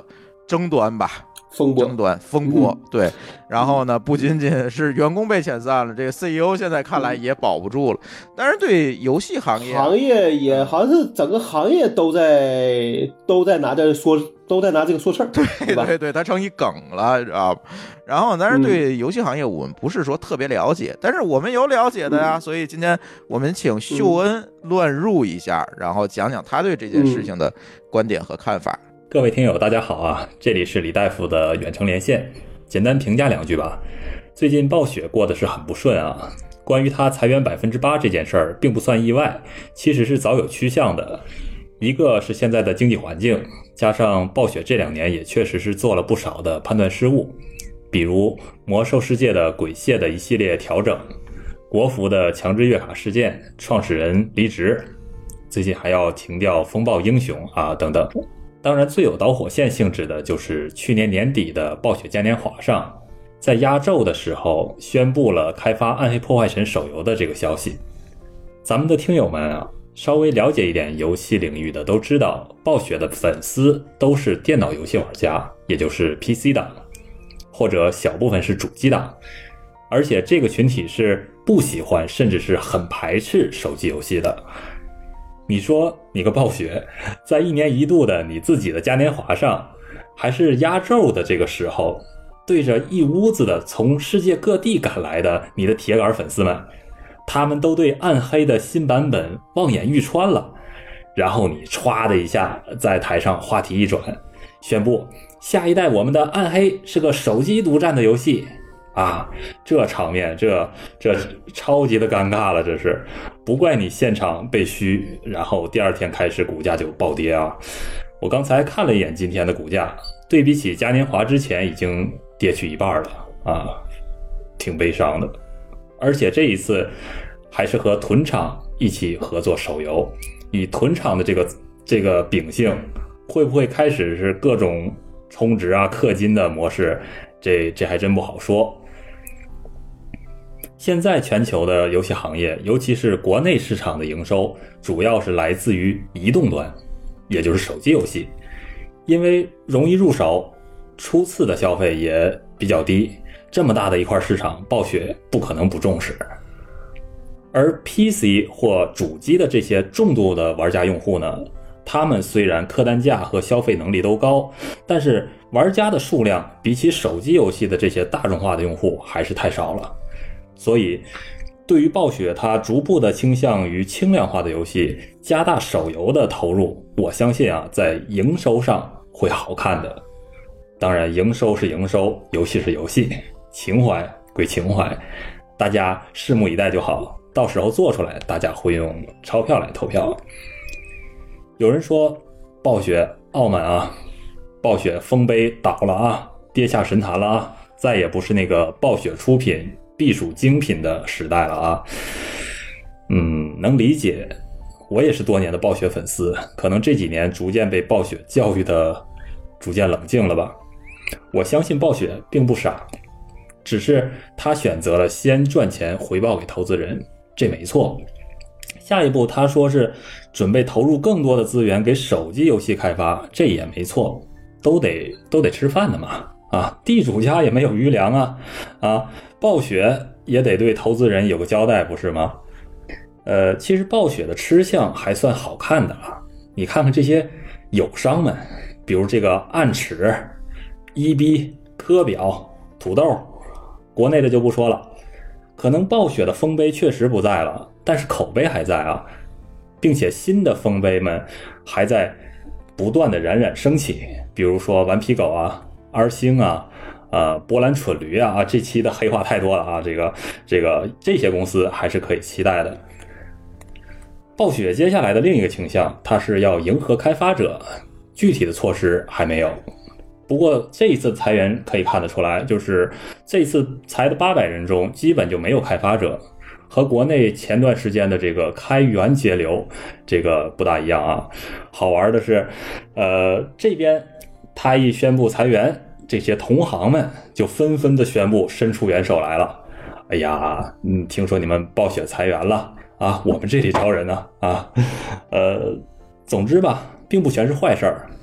争端吧。 风波争端风波、嗯、对，然后呢，不仅仅是员工被遣散了，这个 C E O 现在看来也保不住了。但是对游戏行业， 行业也好像是整个行业都在都在拿着说，都在拿这个说事儿， 对对 对, 对，它成一梗了啊。然后，但是对游戏行业我们不是说特别了解，嗯、但是我们有了解的呀，嗯、所以今天我们请秀恩乱入一下，然后讲讲他对这件事情的观点和看法。 各位听友大家好啊，这里是李大夫的远程连线，简单评价两句吧。最近暴雪过得是很不顺啊，关于他裁员 百分之八 这件事儿并不算意外，其实是早有趋向的。一个是现在的经济环境，加上暴雪这两年也确实是做了不少的判断失误，比如魔兽世界的鬼蟹的一系列调整，国服的强制月卡事件，创始人离职，最近还要停掉风暴英雄啊等等。当然最有导火线性质的就是去年年底的暴雪嘉年华上，在压轴的时候宣布了开发暗黑破坏神手游的这个消息。咱们的听友们啊，稍微了解一点游戏领域的都知道，暴雪的粉丝都是电脑游戏玩家，也就是 P C 党，或者小部分是主机党，而且这个群体是不喜欢甚至是很排斥手机游戏的。你说你个暴雪，在一年一度的你自己的嘉年华上，还是压轴的这个时候，对着一屋子的从世界各地赶来的你的铁杆粉丝们，他们都对暗黑的新版本望眼欲穿了，然后你歘的一下在台上话题一转，宣布下一代我们的暗黑是个手机独占的游戏啊，这场面这这超级的尴尬了，这是不怪你现场被虚，然后第二天开始股价就暴跌啊。我刚才看了一眼今天的股价，对比起嘉年华之前已经跌去一半了啊，挺悲伤的。而且这一次还是和屯厂一起合作手游，以屯厂的这个这个秉性，会不会开始是各种充值啊氪金的模式，这这还真不好说。现在全球的游戏行业，尤其是国内市场的营收，主要是来自于移动端，也就是手机游戏，因为容易入手，初次的消费也比较低，这么大的一块市场，暴雪不可能不重视。而 P C 或主机的这些重度的玩家用户呢，他们虽然客单价和消费能力都高，但是玩家的数量比起手机游戏的这些大众化的用户还是太少了。所以对于暴雪它逐步的倾向于轻量化的游戏，加大手游的投入，我相信啊，在营收上会好看的。当然营收是营收，游戏是游戏，情怀归情怀，大家拭目以待就好，到时候做出来大家会用钞票来投票。有人说暴雪傲慢啊，暴雪丰碑倒了啊，跌下神坛了啊，再也不是那个暴雪出品必属精品的时代了啊。嗯，能理解，我也是多年的暴雪粉丝，可能这几年逐渐被暴雪教育的逐渐冷静了吧。我相信暴雪并不傻，只是他选择了先赚钱回报给投资人，这没错。下一步他说是准备投入更多的资源给手机游戏开发，这也没错，都得都得吃饭的嘛啊，地主家也没有余粮啊啊，暴雪也得对投资人有个交代，不是吗？呃，其实暴雪的吃相还算好看的啊，你看看这些友商们，比如这个暗尺、一 B、科表、土豆，国内的就不说了。可能暴雪的丰碑确实不在了，但是口碑还在啊，并且新的丰碑们还在不断的冉冉升起，比如说顽皮狗啊、R星啊、呃波兰蠢驴啊，这期的黑话太多了啊，这个这个这些公司还是可以期待的。暴雪接下来的另一个倾向，它是要迎合开发者，具体的措施还没有。不过这一次裁员可以看得出来，就是这次裁的八百人中基本就没有开发者，和国内前段时间的这个开源节流这个不大一样啊。好玩的是呃，这边他一宣布裁员，这些同行们就纷纷的宣布伸出援手来了。哎呀，嗯，听说你们暴雪裁员了啊，我们这里招人呢啊。呃，总之吧，并不全是坏事儿。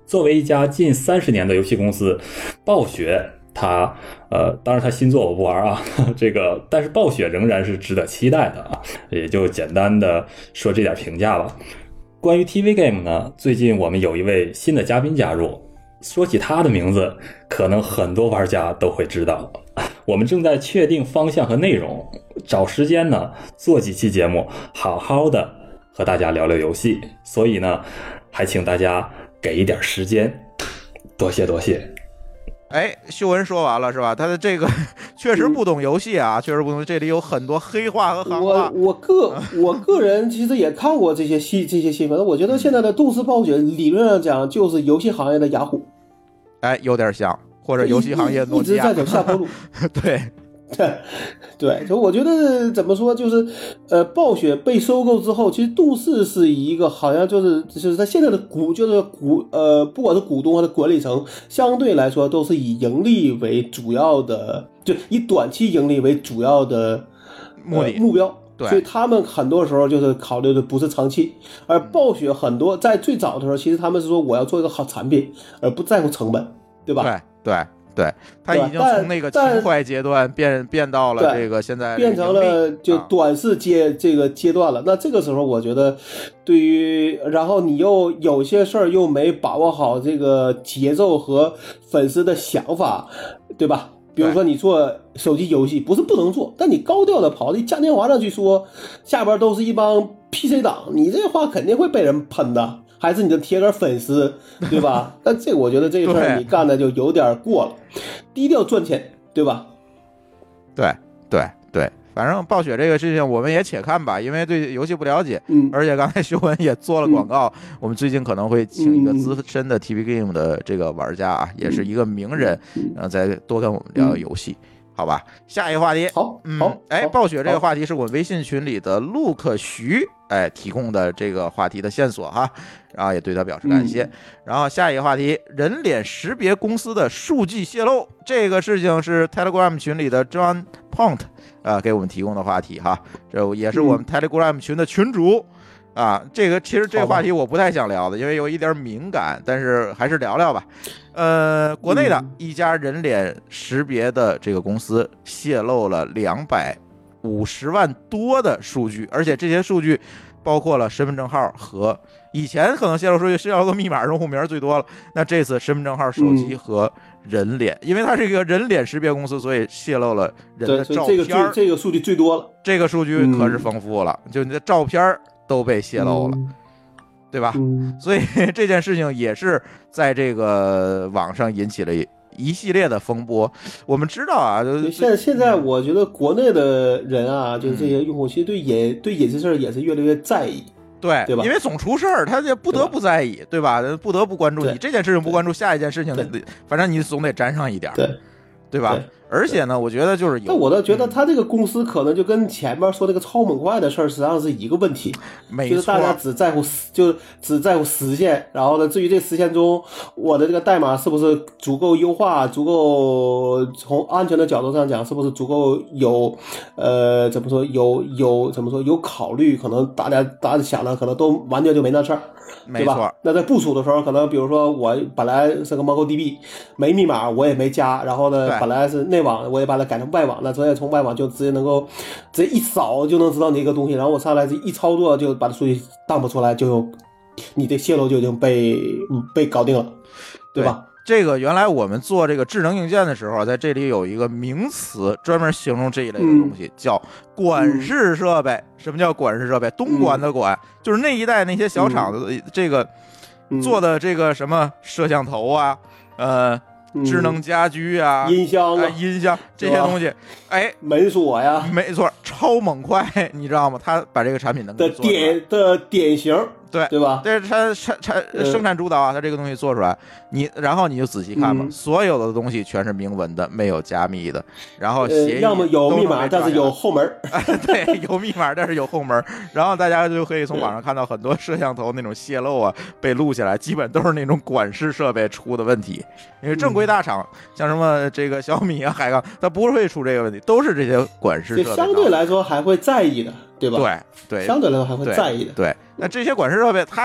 作为一家近三十年的游戏公司，暴雪它呃，当然它新作我不玩啊，这个但是暴雪仍然是值得期待的啊，也就简单的说这点评价吧。关于 T V Game 呢，最近我们有一位新的嘉宾加入，说起他的名字，可能很多玩家都会知道。我们正在确定方向和内容，找时间呢做几期节目，好好的和大家聊聊游戏，所以呢还请大家给一点时间，多谢多谢。 哎，秀文说完了是吧？他的这个确实不懂游戏啊，确实不懂。这里有很多黑话和行话。 我我个我个人其实也看过这些戏这些新闻，我觉得现在的动视暴雪理论上讲就是游戏行业的雅虎， 哎，有点像，或者游戏行业诺基亚一直在走下坡路。 对。 对，对，就我觉得怎么说，就是呃，暴雪被收购之后，其实动视是一个好像就是就是它现在的股就是股呃，不管是股东还是管理层，相对来说都是以盈利为主要的，就以短期盈利为主要的目的、 呃、目标。 对， 所以他们很多时候就是考虑的不是长期，而暴雪很多在最早的时候，其实他们是说我要做一个好产品，而不在乎成本，对吧？ 对对。对，他已经从那个情怀阶段变变到了这个现在变成了就短视阶这个阶段了。那这个时候，我觉得对于然后你又有些事儿又没把握好这个节奏和粉丝的想法，对吧？比如说你做手机游戏，不是不能做，但你高调的跑到嘉年华上去说下边都是一帮 P C 党，你这话肯定会被人喷的。还是你的铁杆粉丝，对吧？那这个我觉得这个事儿你干的就有点过了，低调赚钱，对吧？ 对对对，反正暴雪这个事情我们也且看吧，因为对游戏不了解， 嗯， 而且刚才修文也做了广告，嗯、我们最近可能会请一个资深的 T V Game 的这个玩家啊，嗯、也是一个名人，然后再多跟我们聊聊游戏。嗯好吧，下一个话题。 好， 嗯， 好， 哎，暴雪这个话题是我们微信群里的陆克徐哎提供的这个话题的线索哈，然后也对他表示感谢。嗯、然后下一个话题，人脸识别公司的数据泄露，这个事情是 Telegram 群里的 John Pont 啊、呃、给我们提供的话题哈，这也是我们 Telegram 群的群主。啊，这个其实这个话题我不太想聊的，因为有一点敏感，但是还是聊聊吧。呃，国内的一家人脸识别的这个公司泄露了两百五十万多的数据，而且这些数据包括了身份证号和以前可能泄露数据是要个密码、用户名最多了，那这次身份证号、手机和人脸，因为它是一个人脸识别公司，所以泄露了人的照片。 这个这个数据最多了， 这个数据可是丰富了，就你的照片都被泄露了，嗯、对吧？嗯、所以这件事情也是在这个网上引起了一系列的风波。我们知道啊， 现在现在我觉得国内的人啊，就是这些用户，其实对隐对隐私事儿也是越来越在意。 对， 对吧？ 因为总出事儿，他就不得不在意，对吧？对吧？不得不关注你这件事情，不关注下一件事情，反正你总得沾上一点， 对， 对吧？对，而且呢，我觉得就是有， 但我倒觉得他这个公司可能就跟前面说那个超猛快的事儿实际上是一个问题， 没错， 就是大家只在乎就只在乎实现，然后呢，至于这实现中我的这个代码是不是足够优化，足够从安全的角度上讲是不是足够有呃怎么说有有怎么说有考虑，可能大家大家想的可能都完全就没那事儿。对吧？那在部署的时候，可能比如说我本来是个 MongoDB 没密码，我也没加，然后呢，本来是内网，我也把它改成外网，那所以从外网就直接能够直接一扫就能知道你一个东西，然后我上来这一操作就把数据dump出来，就你的泄露就已经被嗯被搞定了，对吧？ 对，这个原来我们做这个智能硬件的时候，在这里有一个名词专门形容这一类的东西，嗯、叫管式设备。嗯、什么叫管式设备？东莞的管，嗯、就是那一代那些小厂子，嗯、这个做的这个什么摄像头啊，呃。智能家居啊， 音箱啊， 音箱这些东西，哎， 门锁呀， 没错，超猛快，你知道吗？他把这个产品能的典的典型， 对对吧？ 这是他产产生产主导啊，他这个东西做出来，你然后你就仔细看吧，嗯、所有的东西全是明文的，没有加密的，然后协议、 呃、要么有密码，但是有后门， 对，有密码，但是有后门，然后大家就可以从网上看到很多摄像头那种泄露啊，被录下来，基本都是那种管式设备出的问题，因为正规大厂、嗯、像什么这个小米啊、海康，它不会出这个问题，都是这些管式设备， 相对来说还会在意的，对吧？ 对对， 相对来说还会在意的。 对，对那这些管式设备，它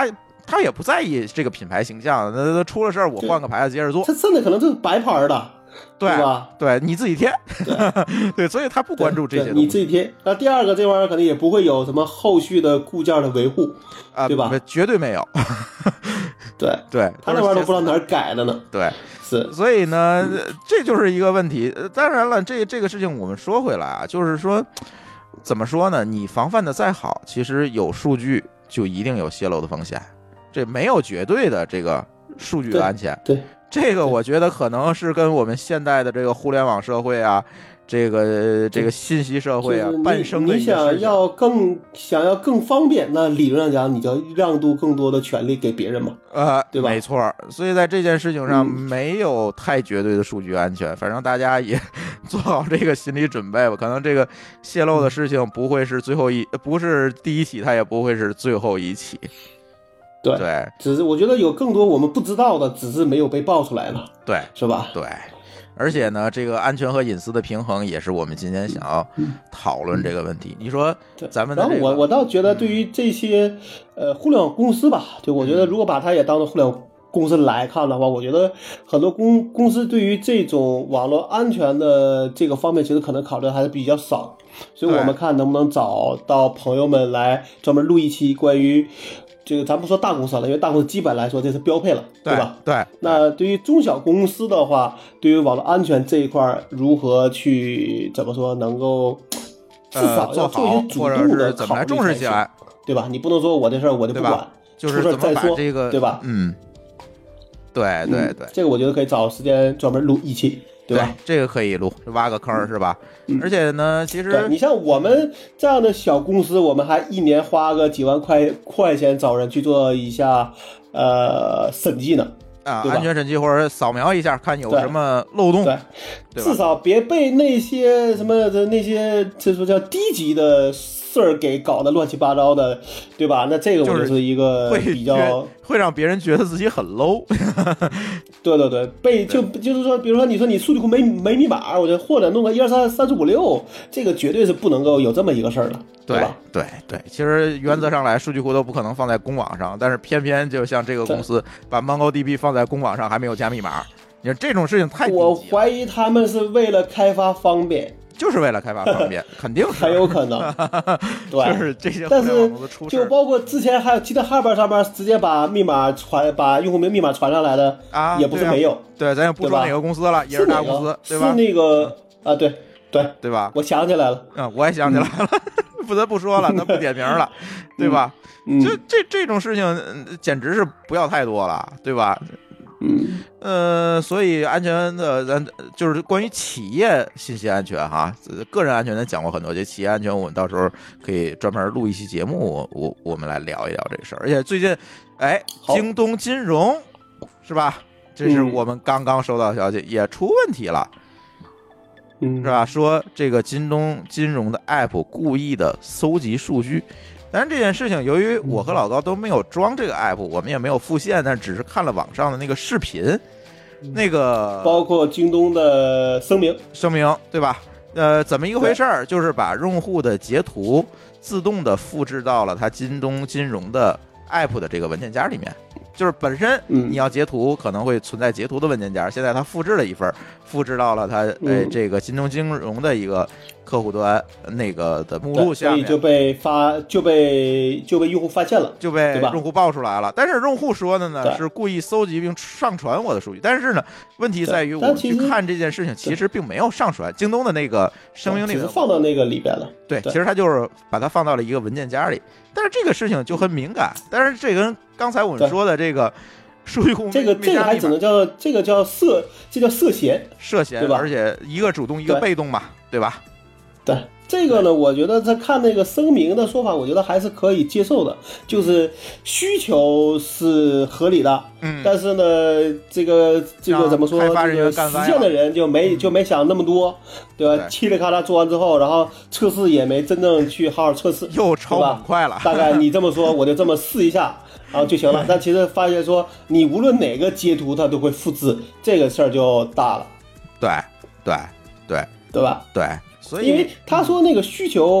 他也不在意这个品牌形象，那出了事儿我换个牌子接着做， 他甚至可能就是白牌的， 对吧？ 对，你自己贴，对, 对，所以他不关注这些东西， 你自己贴。那第二个这玩意儿可能也不会有什么后续的固件的维护啊，对吧？ 绝对没有。 对对， 他那玩意儿都不知道哪儿改的呢。 对， 是， 所以呢，这就是一个问题。当然了，这这个事情我们说回来啊，就是说，怎么说呢？你防范的再好，其实有数据就一定有泄露的风险，这没有绝对的这个数据的安全。 对，对这个我觉得可能是跟我们现代的这个互联网社会啊。这个这个信息社会啊，伴生的你想要更想要更方便，那理论上讲，你就要让渡更多的权利给别人嘛， 呃， 对吧？ 没错，所以在这件事情上没有太绝对的数据安全，嗯、反正大家也做好这个心理准备吧。可能这个泄露的事情不会是最后一，不是第一起，它也不会是最后一起。 对对， 只是我觉得有更多我们不知道的，只是没有被爆出来了， 对， 是吧？ 对。而且呢，这个安全和隐私的平衡也是我们今天想要讨论这个问题。你说咱们的、这个、 然后我我倒觉得对于这些呃互联网公司吧，就我觉得如果把它也当做互联网公司来看的话，我觉得很多公公司对于这种网络安全的这个方面，其实可能考虑还是比较少。所以我们看能不能找到朋友们来专门录一期关于。这个咱不说大公司了，因为大公司基本来说这是标配了， 对, 对吧？ 对。 那对于中小公司的话，对于网络安全这一块如何去怎么说能够至少要做一些主动的怎么来重视起来， 对吧？你不能说我这事儿我就不管， 就是怎么把这个对吧？ 嗯，对对对、 嗯，这个我觉得可以找时间专门录一期。对吧？ 对，这个可以录，挖个坑是吧？嗯、而且呢，其实你像我们这样的小公司，我们还一年花个几万块块钱找人去做一下呃审计呢。 啊，安全审计或者扫描一下，看有什么漏洞， 对，对，至少别被那些什么的那些，这说叫低级的事儿给搞得乱七八糟的，对吧？那这个我就是一个比较、 就是、会让别人觉得自己很 low。 对对对，被就就是说，比如说你说你数据库没没密码，我就或者弄个一二三三四五六，这个绝对是不能够有这么一个事儿的， 对吧？ 对对，其实原则上来，数据库都不可能放在公网上，但是偏偏就像这个公司把 MongoDB 放在公网上还没有加密码，你说这种事情太低级了。 我怀疑他们是为了开发方便。 就是为了开发方便，肯定是很有可能，对， 就是这些。 但是就包括之前还有记得 Harbor 上面直接把密码传，把用户名密码传上来的啊， 也不是没有。 对、啊，咱也不说哪个公司了，也是大公司，对吧？ 是那个啊，对对对吧？ 我想起来了， 嗯，我也想起来了，嗯、不得不说了，那不点名了，对吧？ 嗯、 就这这种事情，简直是不要太多了，对吧？ 嗯， 呃，所以安全的，咱就是关于企业信息安全哈，个人安全咱讲过很多，这企业安全我们到时候可以专门录一期节目，我我们来聊一聊这个事儿。而且最近，哎，京东金融是吧？这是我们刚刚收到的消息，嗯、也出问题了， 嗯， 是吧？说这个京东金融的 app 故意的搜集数据。但是这件事情，由于我和老高都没有装这个 app， 我们也没有复现，但只是看了网上的那个视频，那个包括京东的声明， 声明对吧？呃，怎么一个回事儿？就是把用户的截图自动的复制到了他京东金融的 app 的这个文件夹里面。就是本身你要截图可能会存在截图的文件夹，现在它复制了一份，复制到了它哎这个京东金融的一个客户端那个的目录下面， 所以就被发就被就被用户发现了， 就被用户爆出来了。但是用户说的呢是故意搜集并上传我的数据，但是呢问题在于我们去看这件事情其实并没有上传，京东的那个声明里面放到那个里边了。 对，其实它就是把它放到了一个文件夹里。但是这个事情就很敏感，但是这跟刚才我们说的这个数据库这个这个还只能叫这个叫涉，这叫涉嫌， 涉嫌对吧？ 而且一个主动一个被动嘛，对吧？ 对。这个呢，我觉得在看那个声明的说法，我觉得还是可以接受的，就是需求是合理的， 嗯， 但是呢，这个这个怎么说？ 开发人员实现的人就没就没想那么多，对吧？嘁哩咔啦做完之后，然后测试也没真正去好好测试， 又超猛快了。 大概你这么说，我就这么试一下，然后就行了。但其实发现说，你无论哪个截图，它都会复制，这个事儿就大了。 对对对对吧？ 对。所以因为他说那个需求，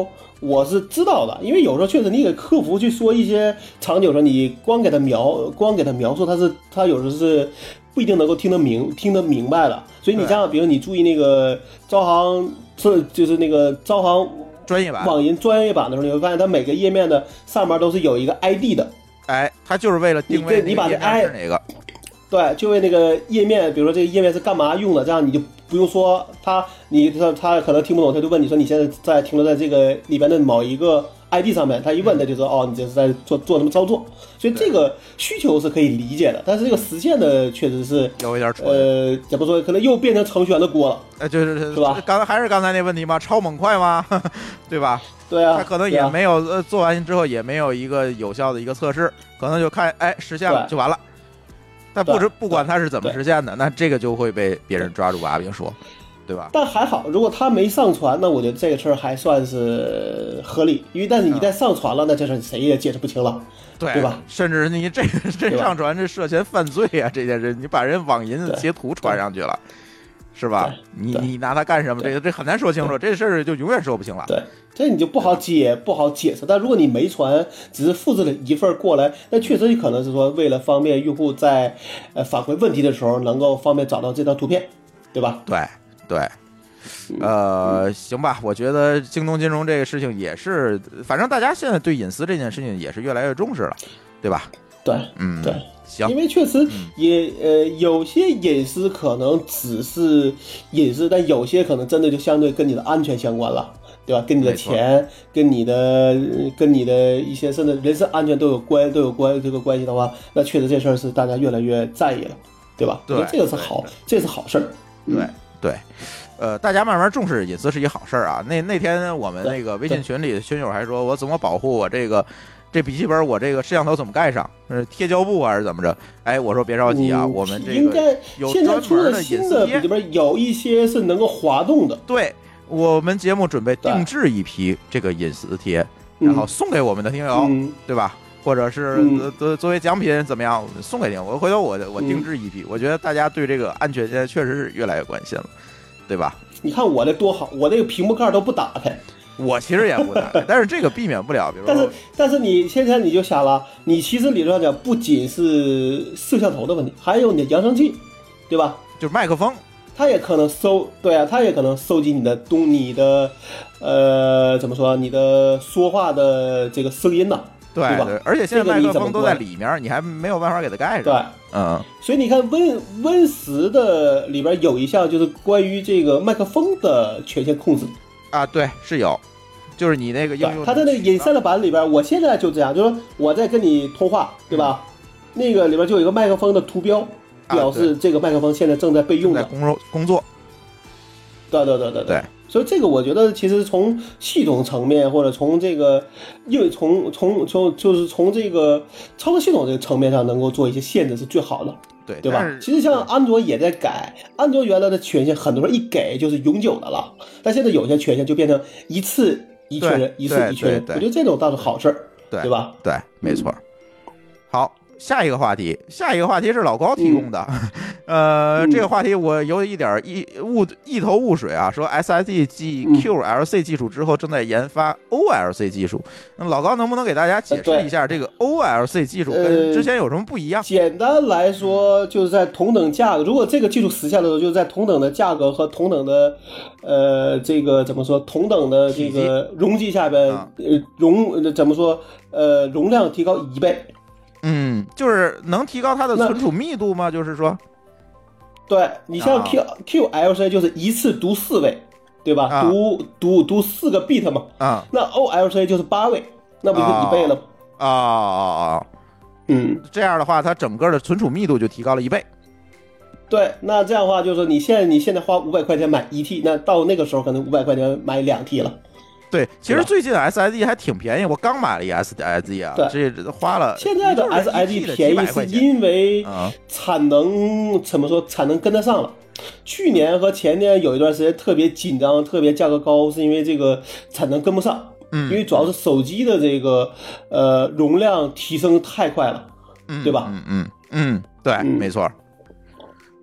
我是知道的，因为有时候确实你给客服去说一些场景的时候，你光给他描光给他描述，他是他有时候是不一定能够听得明听得明白的。所以你像比如你注意那个招行，这就是那个招行专业版网银专业版的时候，你会发现它每个页面的上面都是有一个 I D 的。 哎，它就是为了定位你把这 I 是哪个。 对，就为那个页面，比如说这个页面是干嘛用的，这样你就不用说他，你他他可能听不懂，他就问你说你现在在停留在这个里边的某一个 I D 上面，他一问他就说哦，你这是在做做什么操作，所以这个需求是可以理解的，但是这个实现的确实是有一点蠢， 呃，怎么说，可能又变成程序员的锅了， 哎，就是是吧？ 刚才还是刚才那问题吗？超猛快吗？对吧？ 对啊， 他可能也没有呃做完之后也没有一个有效的一个测试，可能就看哎实现了就完了。但不知不管它是怎么实现的，那这个就会被别人抓住把柄说，对吧？ 但还好，如果他没上传，那我觉得这个事儿还算是合理，因为但是你一旦上传了，那这事儿谁也解释不清了， 对对吧？ 甚至你这个这上传这涉嫌犯罪啊，这件事你把人网银截图传上去了，是吧？你你拿它干什么？这个这很难说清楚，这事儿就永远说不清了。 对。这你就不好解不好解释，但如果你没传，只是复制了一份过来，那确实可能是说为了方便用户在呃反馈问题的时候能够方便找到这张图片，对吧？ 对对，呃，行吧，我觉得京东金融这个事情也是，反正大家现在对隐私这件事情也是越来越重视了，对吧？ 对， 嗯， 对。 行， 因为确实也呃有些隐私可能只是隐私，但有些可能真的就相对跟你的安全相关了。对吧？跟你的钱、跟你的、跟你的一些甚至人身安全都有关、都有关这个关系的话，那确实这事儿是大家越来越在意了，对吧？ 对， 这个是好，这是好事儿。 对对，呃，大家慢慢重视隐私是一好事儿啊。那那天我们那个微信群里的群友还说，我怎么保护我这个这笔记本，我这个摄像头怎么盖上？是贴胶布还是怎么着？哎，我说别着急啊， 嗯、 我们这个应该有现在出了的新的笔记本，有一些是能够滑动的。 对。我们节目准备定制一批这个隐私贴，然后送给我们的听友， 嗯、 对吧？或者是、嗯、作作为奖品怎么样送给您？我回头我我定制一批、嗯，我觉得大家对这个安全现在确实是越来越关心了，对吧？ 你看我这多好，我这个屏幕盖都不打开， 我其实也不打开，但是这个避免不了，比如说， 但是但是你现在你就想了，你其实理论上讲不仅是摄像头的问题，还有你的扬声器，对吧？ 就是麦克风。 它也可能收，对啊，它也可能收集你的东，你的，呃，怎么说，你的说话的这个声音呢、啊？ 对对吧？ 而且现在麦克风都在里面，你还没有办法给它盖上。 对， 嗯。 所以你看 Win Win 十的里边有一项就是关于这个麦克风的权限控制啊，对，是有，就是你那个应用， 它在那个隐身的版里边，我现在就这样，就是说我在跟你通话，对吧？嗯、那个里边就有一个麦克风的图标。表示这个麦克风现在正在被用的工作工作， 对对对对对， 所以这个我觉得其实从系统层面或者从这个，因为从从从就是从这个操作系统这个层面上能够做一些限制是最好的， 对对吧？其实像安卓也在改，安卓原来的权限很多人一给就是永久的了，但现在有些权限就变成一次一确认，一次一确认，我觉得这种倒是好事儿， 对对吧？ 对，没错。好。下一个话题，下一个话题是老高提供的，嗯、呃，这个话题我有一点一误一头雾水啊，说 S S D 继 Q L C 技术之后正在研发 O L C 技术，那老高能不能给大家解释一下这个 O L C 技术跟之前有什么不一样？ 呃、简单来说，就是在同等价格，如果这个技术实现的时候，就是在同等的价格和同等的呃这个怎么说，同等的这个容积下边， 啊、 呃容怎么说呃容量提高一倍。 嗯，就是能提高它的存储密度吗？就是说， 对你像 Q、啊、Q L C 就是一次读四位，对吧？啊、读读读四个 bit 嘛。 啊， 那 O L C 就是八位，那不就一倍了吗？ 啊啊啊！ 嗯， 这样的话，它整个的存储密度就提高了一倍。 对，那这样的话就是说，你现在你现在花五百块钱买一 T， 那到那个时候可能五百块钱买两 T 了。 对，其实最近 S S D 还挺便宜，我刚买了一 S S D 啊，这花了。 现在的 S S D 便宜是因为产能、 嗯、 怎么说？产能跟得上了。去年和前年有一段时间特别紧张，特别价格高，是因为这个产能跟不上。 嗯， 因为主要是手机的这个呃容量提升太快了， 嗯、 对吧？ 嗯嗯嗯，对，嗯、没错。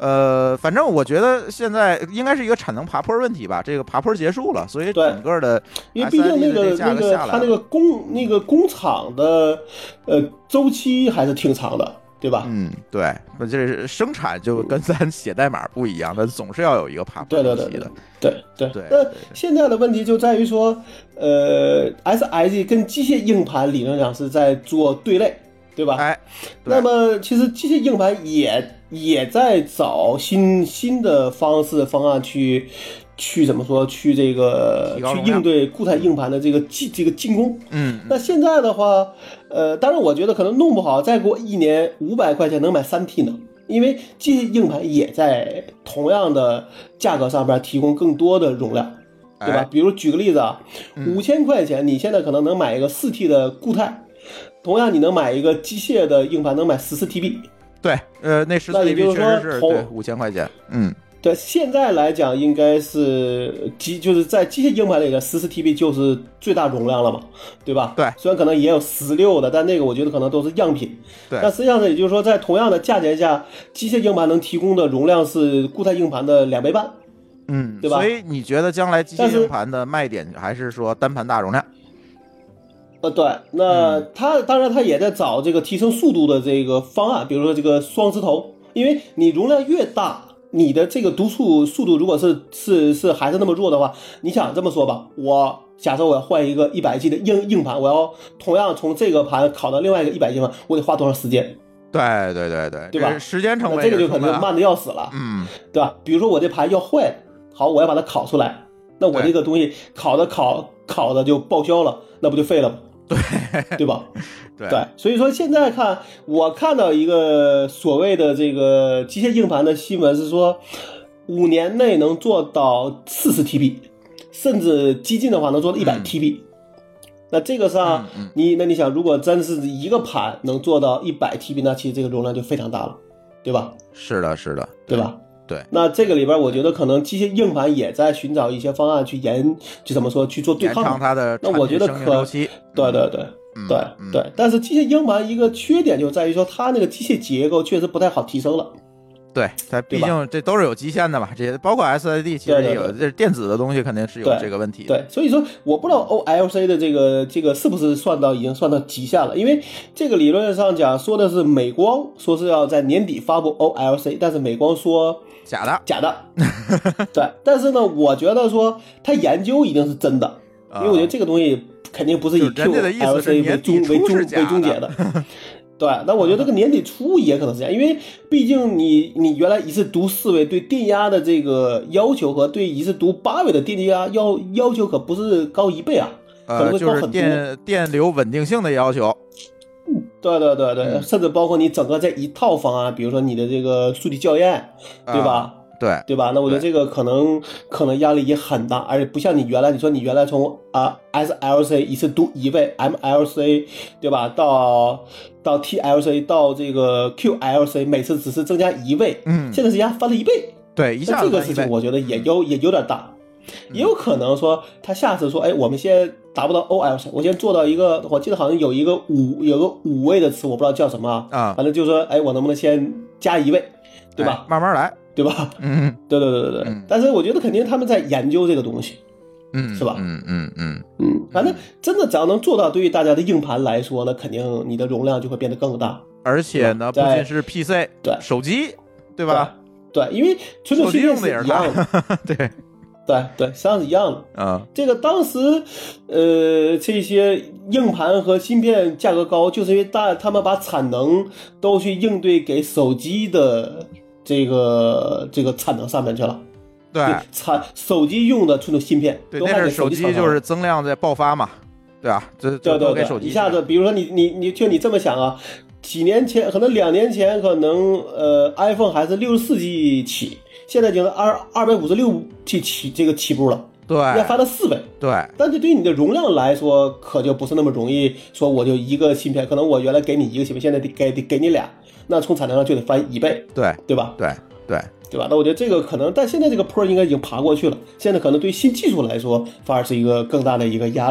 呃，反正我觉得现在应该是一个产能爬坡问题吧，这个爬坡结束了，所以整个的， 因为毕竟那个那个它那个工那个工厂的呃周期还是挺长的，对吧？ 嗯，对，那这生产就跟咱写代码不一样，它总是要有一个爬坡周期的。 对对对。那现在的问题就在于说，呃 ，S I G 跟机械硬盘理论上是在做对类，对吧？ 哎， 那么其实机械硬盘也也在找新新的方式方案去去怎么说去这个去应对固态硬盘的这个进这个进攻。 嗯， 那现在的话，呃，当然我觉得可能弄不好再过一年五百块钱能买三 T 呢。因为机械硬盘也在同样的价格上边提供更多的容量，对吧？ 哎、 比如举个例子啊，五千块钱你现在可能能买一个四 T 的固态，同样你能买一个机械的硬盘能买十四 T B。 对，呃，那十四 T B 确实是对五千块钱，嗯。 对，现在来讲应该是机就是在机械硬盘里的十四 T B 就是最大容量了嘛，对吧？ 对， 虽然可能也有十六的，但那个我觉得可能都是样品。 对， 但实际上呢，也就是说，在同样的价钱下，机械硬盘能提供的容量是固态硬盘的两倍半， 嗯， 对吧？ 所以你觉得将来机械硬盘的卖点还是说单盘大容量？ 呃，对，那它、嗯、当然它也在找这个提升速度的这个方案，比如说这个双磁头，因为你容量越大。你的这个读出速度如果是是是还是那么弱的话，你想这么说吧，我假设我要换一个一百 G 的硬硬盘，我要同样从这个盘拷到另外一个一百 G 盘，我得花多长时间？ 对对对对， 对吧？ 时间成本这个就可能慢的要死了， 嗯， 对吧？比如说我这盘要坏了，好，我要把它拷出来，那我这个东西拷的拷拷的就报销了，那不就废了吗？ 对对吧？ 对对，所以说现在看，我看到一个所谓的这个机械硬盘的新闻是说，五年内能做到四十 T B， 甚至激进的话能做到一百 T B。嗯、那这个上， 嗯嗯、 你那你想，如果真是一个盘能做到一百 T B， 那其实这个容量就非常大了，对吧？ 是的，是的， 对吧？ 对。 那这个里边，我觉得可能机械硬盘也在寻找一些方案去延，就怎么说去做对抗。 延长它的那我觉得可，对对对。 嗯、 对对，但是机械硬盘一个缺点就在于说，它那个机械结构确实不太好提升了。 对，它毕竟这都是有极限的嘛，这些包括 S S D 其实也有，这电子的东西肯定是有这个问题的。 对，所以说我不知道 O L C 的这个这个是不是算到已经算到极限了，因为这个理论上讲说的是美光说是要在年底发布 O L C， 但是美光说假的假的。对，但是呢，我觉得说他研究一定是真的，因为我觉得这个东西。肯定不是以 Q L C 为终为终为终结的，对。那我觉得这个年底出也可能是这样，因为毕竟你你原来一次读四位对电压的这个要求和对一次读八位的电压要要求可不是高一倍啊，可能会高很多。 呃、就是电电流稳定性的要求。 对对对对，嗯、甚至包括你整个这一套方案，比如说你的这个数据校验，对吧？ 啊对对吧？那我觉得这个可能可能压力也很大，而且不像你原来你说你原来从啊 S L C 一次读一位 M L C 对吧，到到 T L C 到这个 Q L C 每次只是增加一位， 嗯， 现在是压翻了一倍， 对，一下子这个事情我觉得也有也有点大，也有可能说他下次说，哎，我们先达不到 O L C， 我先做到一个，我记得好像有一个五有个五位的词，我不知道叫什么啊， 反正就是说，哎，我能不能先加一位，对吧？ 哎、慢慢来。 对吧？ 嗯， 对对对对对。嗯、但是我觉得肯定他们在研究这个东西， 嗯， 是吧？ 嗯嗯嗯嗯，反正真的只要能做到，对于大家的硬盘来说呢，肯定你的容量就会变得更大。 而且呢，不仅是 P C， 对， 手机，对吧？ 对，对因为存储芯片是一样的， 对对对，实际上是一样的。 啊、嗯， 这个当时呃，这些硬盘和芯片价格高，就是因为大他们把产能都去应对给手机的。这个这个产能上面去了， 对， 产手机用的存储芯片， 对，那是手机就是增量在爆发嘛，对吧？这对对对，一下子，比如说你你你就你这么想啊，几年前可能两年前可能呃 iPhone 还是六十四 G 起，现在已经二二百五十六 G 起这个起步了， 对， 要翻了四倍， 对。 但是对于你的容量来说，可就不是那么容易说我就一个芯片，可能我原来给你一个芯片，现在得给给你俩。那从产能上就得翻一倍， 对对吧？ 对对对吧？那我觉得这个可能，但现在这个坡应该已经爬过去了。现在可能对新技术来说，反而是一个更大的一个压力。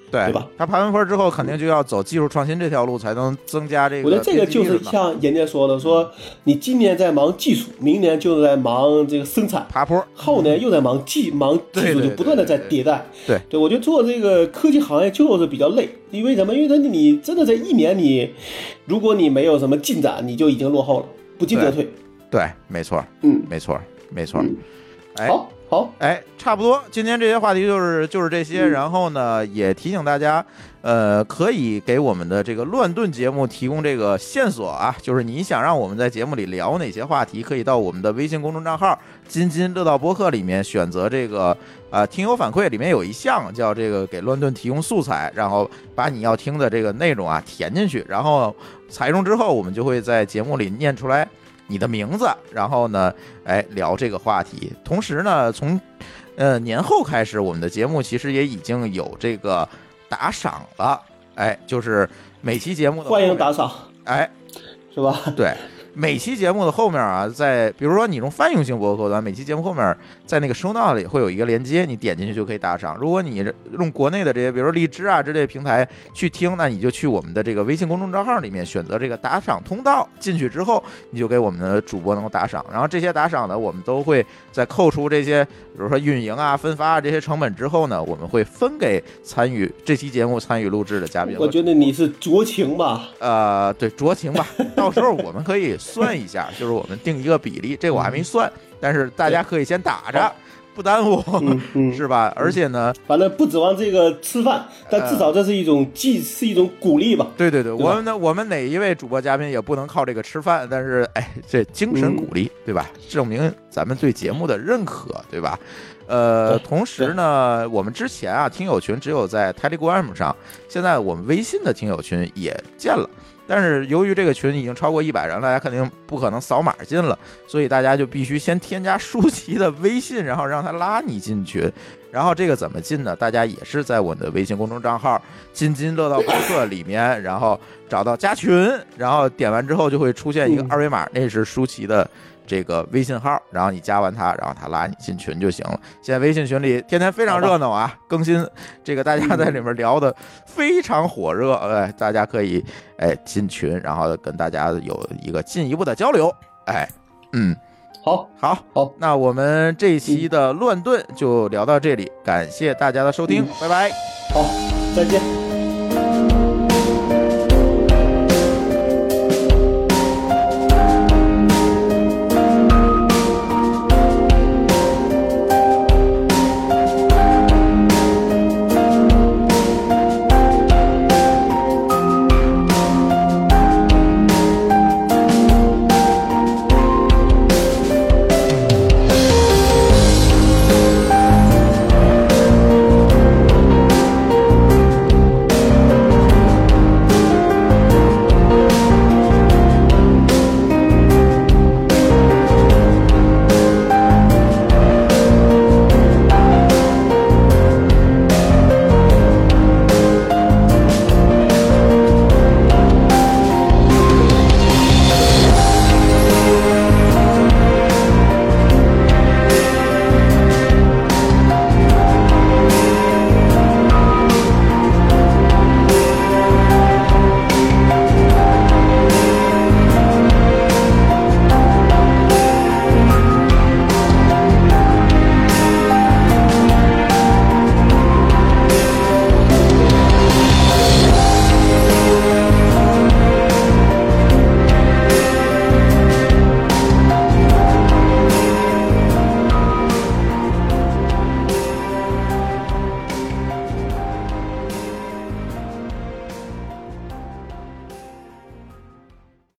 对对吧？ 他爬完坡之后，肯定就要走技术创新这条路，才能增加这个。 我觉得这个就是像人家说的，说你今年在忙技术，明年就是在忙这个生产爬坡， 后年又在忙技忙技术，就不断的在迭代。 对对，我觉得做这个科技行业就是比较累，因为什么？因为你你真的在一年你，如果你没有什么进展，你就已经落后了，不进则退。 对，对没错， 嗯， 没错，没错。 嗯、 哎， 好。好， 哎，差不多，今天这些话题就是就是这些。嗯、然后呢，也提醒大家，呃，可以给我们的这个乱炖节目提供这个线索啊，就是你想让我们在节目里聊哪些话题，可以到我们的微信公众账号“津津乐道播客”里面选择这个啊、呃、听友反馈里面有一项叫这个给乱炖提供素材，然后把你要听的这个内容啊填进去，然后采用之后，我们就会在节目里念出来你的名字，然后呢，哎，聊这个话题。同时呢，从呃年后开始，我们的节目其实也已经有这个打赏了，哎，就是每期节目的欢迎打赏， 哎， 是吧？ 对。每期节目的后面啊，在比如说你用泛用型博客端，每期节目后面在那个收纳里会有一个链接，你点进去就可以打赏。如果你用国内的这些，比如说荔枝啊之类平台去听，那你就去我们的这个微信公众账号里面选择这个打赏通道，进去之后你就给我们的主播能够打赏。然后这些打赏呢，我们都会在扣除这些，比如说运营啊、分发啊这些成本之后呢，我们会分给参与这期节目参与录制的嘉宾。 我觉得你是酌情吧？ 呃，对，酌情吧。到时候我们可以算一下，就是我们定一个比例，这个我还没算，但是大家可以先打着，不耽误， 嗯嗯、 是吧？而且呢， 反正不指望这个吃饭，但至少这是一种既、呃、是一种鼓励吧。 对对对，我们呢，我们哪一位主播嘉宾也不能靠这个吃饭，但是哎，这精神鼓励，嗯、对吧？证明咱们对节目的认可，对吧？呃，同时呢，我们之前啊，听友群只有在 Telegram 上，现在我们微信的听友群也建了。但是由于这个群已经超过一百人了，大家肯定不可能扫码进了，所以大家就必须先添加舒淇的微信，然后让他拉你进群。然后这个怎么进呢？大家也是在我的微信公众账号“津津乐道播客”里面，然后找到加群，然后点完之后就会出现一个二维码，那是舒淇的这个微信号，然后你加完他，然后他拉你进群就行了。现在微信群里天天非常热闹啊，更新这个大家在里面聊的非常火热，哎，大家可以哎进群，然后跟大家有一个进一步的交流，哎，嗯， 好， 好， 好， 那我们这一期的乱炖就聊到这里，感谢大家的收听，嗯、拜拜， 好，再见。